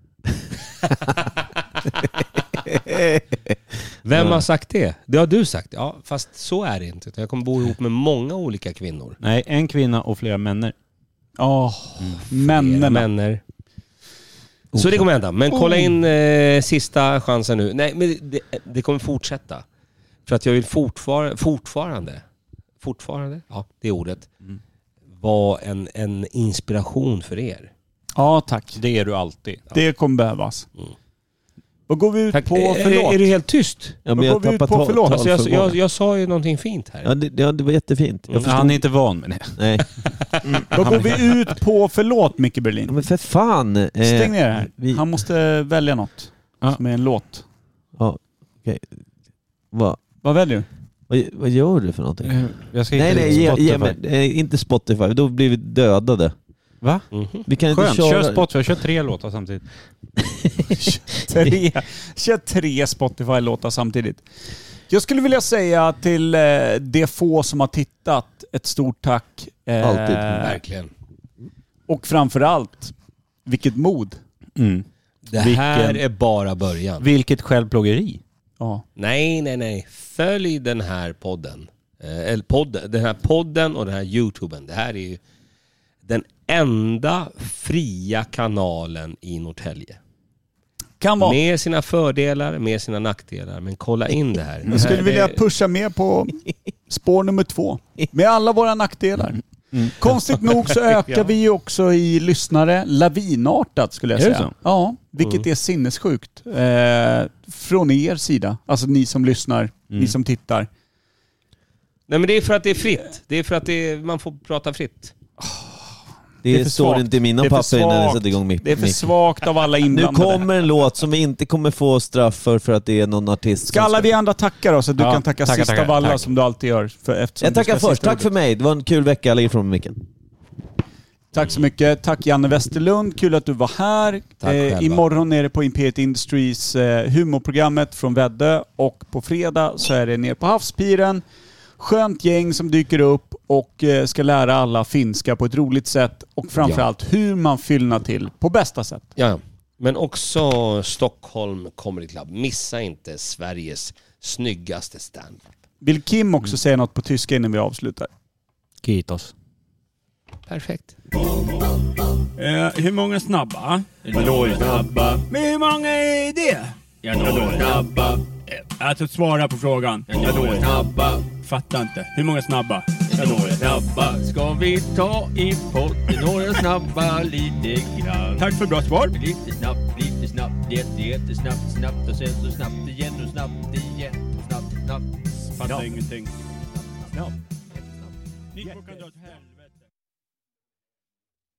Vem har sagt det? Det har du sagt. Ja, fast så är det inte. Jag kommer bo ihop med många olika kvinnor. Nej, en kvinna och flera männer. Ja, oh, mm. männer. männer. Så det kommer hända. Men kolla in eh, sista chansen nu. Nej, men det, det kommer fortsätta. För att jag vill fortfar- fortfarande, fortfarande, ja, det är ordet, mm. vara en, en inspiration för er. Ja, tack. Det är du alltid. Ja. Det kommer behövas. Mm. Vad går vi ut tack. på för är, låt? Är du helt tyst? Ja, Vad går vi ut på för låt? Alltså jag, jag, jag sa ju någonting fint här. Ja, det, ja, det var jättefint. Jag Han är inte van med det. Nej. Mm. Vad går vi ut på för låt, Micke Berlin? Ja, men för fan. Eh, Stäng ner det här. Vi... Han måste välja något ja. som är en låt. Ja, okej. Okay. Vad? Vad väljer du? Vad, vad gör du för någonting? Jag ska nej, nej, ge, ge mig, eh, inte Spotify. Då blir vi dödade. Va? Mm-hmm. Vi kan Skönt, inte köra... kör Spotify. Kör tre låtar samtidigt. tre, kör tre Spotify-låtar samtidigt. Jag skulle vilja säga till eh, de få som har tittat ett stort tack. Eh, Alltid. Verkligen. Och framförallt, vilket mod. Mm. Det här Vilken... är bara början. Vilket självplågeri. Ja. Nej, nej, nej. Följ den här podden. Eh, podden. Den här podden och den här YouTuben. Det här är ju den enda fria kanalen i Norrtälje. Kan vara. Med sina fördelar, med sina nackdelar. Men kolla in det här. Jag skulle vilja pusha med på spår nummer två. Med alla våra nackdelar. Mm. Konstigt nog så ökar ja. vi ju också i lyssnare lavinartat skulle jag säga. Ja, vilket mm. är sinnessjukt. Eh, från er sida. Alltså ni som lyssnar, mm. ni som tittar. Nej, men det är för att det är fritt. Det är för att det är, man får prata fritt. Det, det står inte i mina papper när jag sätter igång mitt. Det är för svagt av alla inblandade. Nu kommer en låt som vi inte kommer få straff för för att det är någon artist. Ska alla vi andra tacka då så att du ja, kan tacka tacka, sista tacka, av alla tack. som du alltid gör. För jag tackar först. Tack för mig. Det var en kul vecka. Jag lägger ifrån micken. Tack så mycket. Tack Janne Westerlund. Kul att du var här. Eh, imorgon är det på Imperiet Industries eh, humorprogrammet från Väddö. Och på fredag så är det nere på Havspiren. Skönt gäng som dyker upp och eh, ska lära alla finska på ett roligt sätt. Och framförallt ja. hur man fyllnar till på bästa sätt. Ja, men också Stockholm Comedy Club. Missa inte Sveriges snyggaste stand-up. Vill Kim också mm. säga något på tyska innan vi avslutar? Kiitos. Perfekt. Eh, hur många snabba? Vadå snabba? Men hur många är det? Ja, några snabba. Alltså svara på frågan. Jag några snabba. Fattar inte. Hur många snabba? Jag några snabba. Ska vi ta i potten? Några snabba lite grann. Tack för bra svar. Lite snabbt, lite snabbt, jätte, jättesnabbt, snabbt och sen så snabbt igen och snabbt igen. Snabbt, snabbt. Fattar Snabbt. ingenting. Snabbt. Ni två kan dra åt helvete.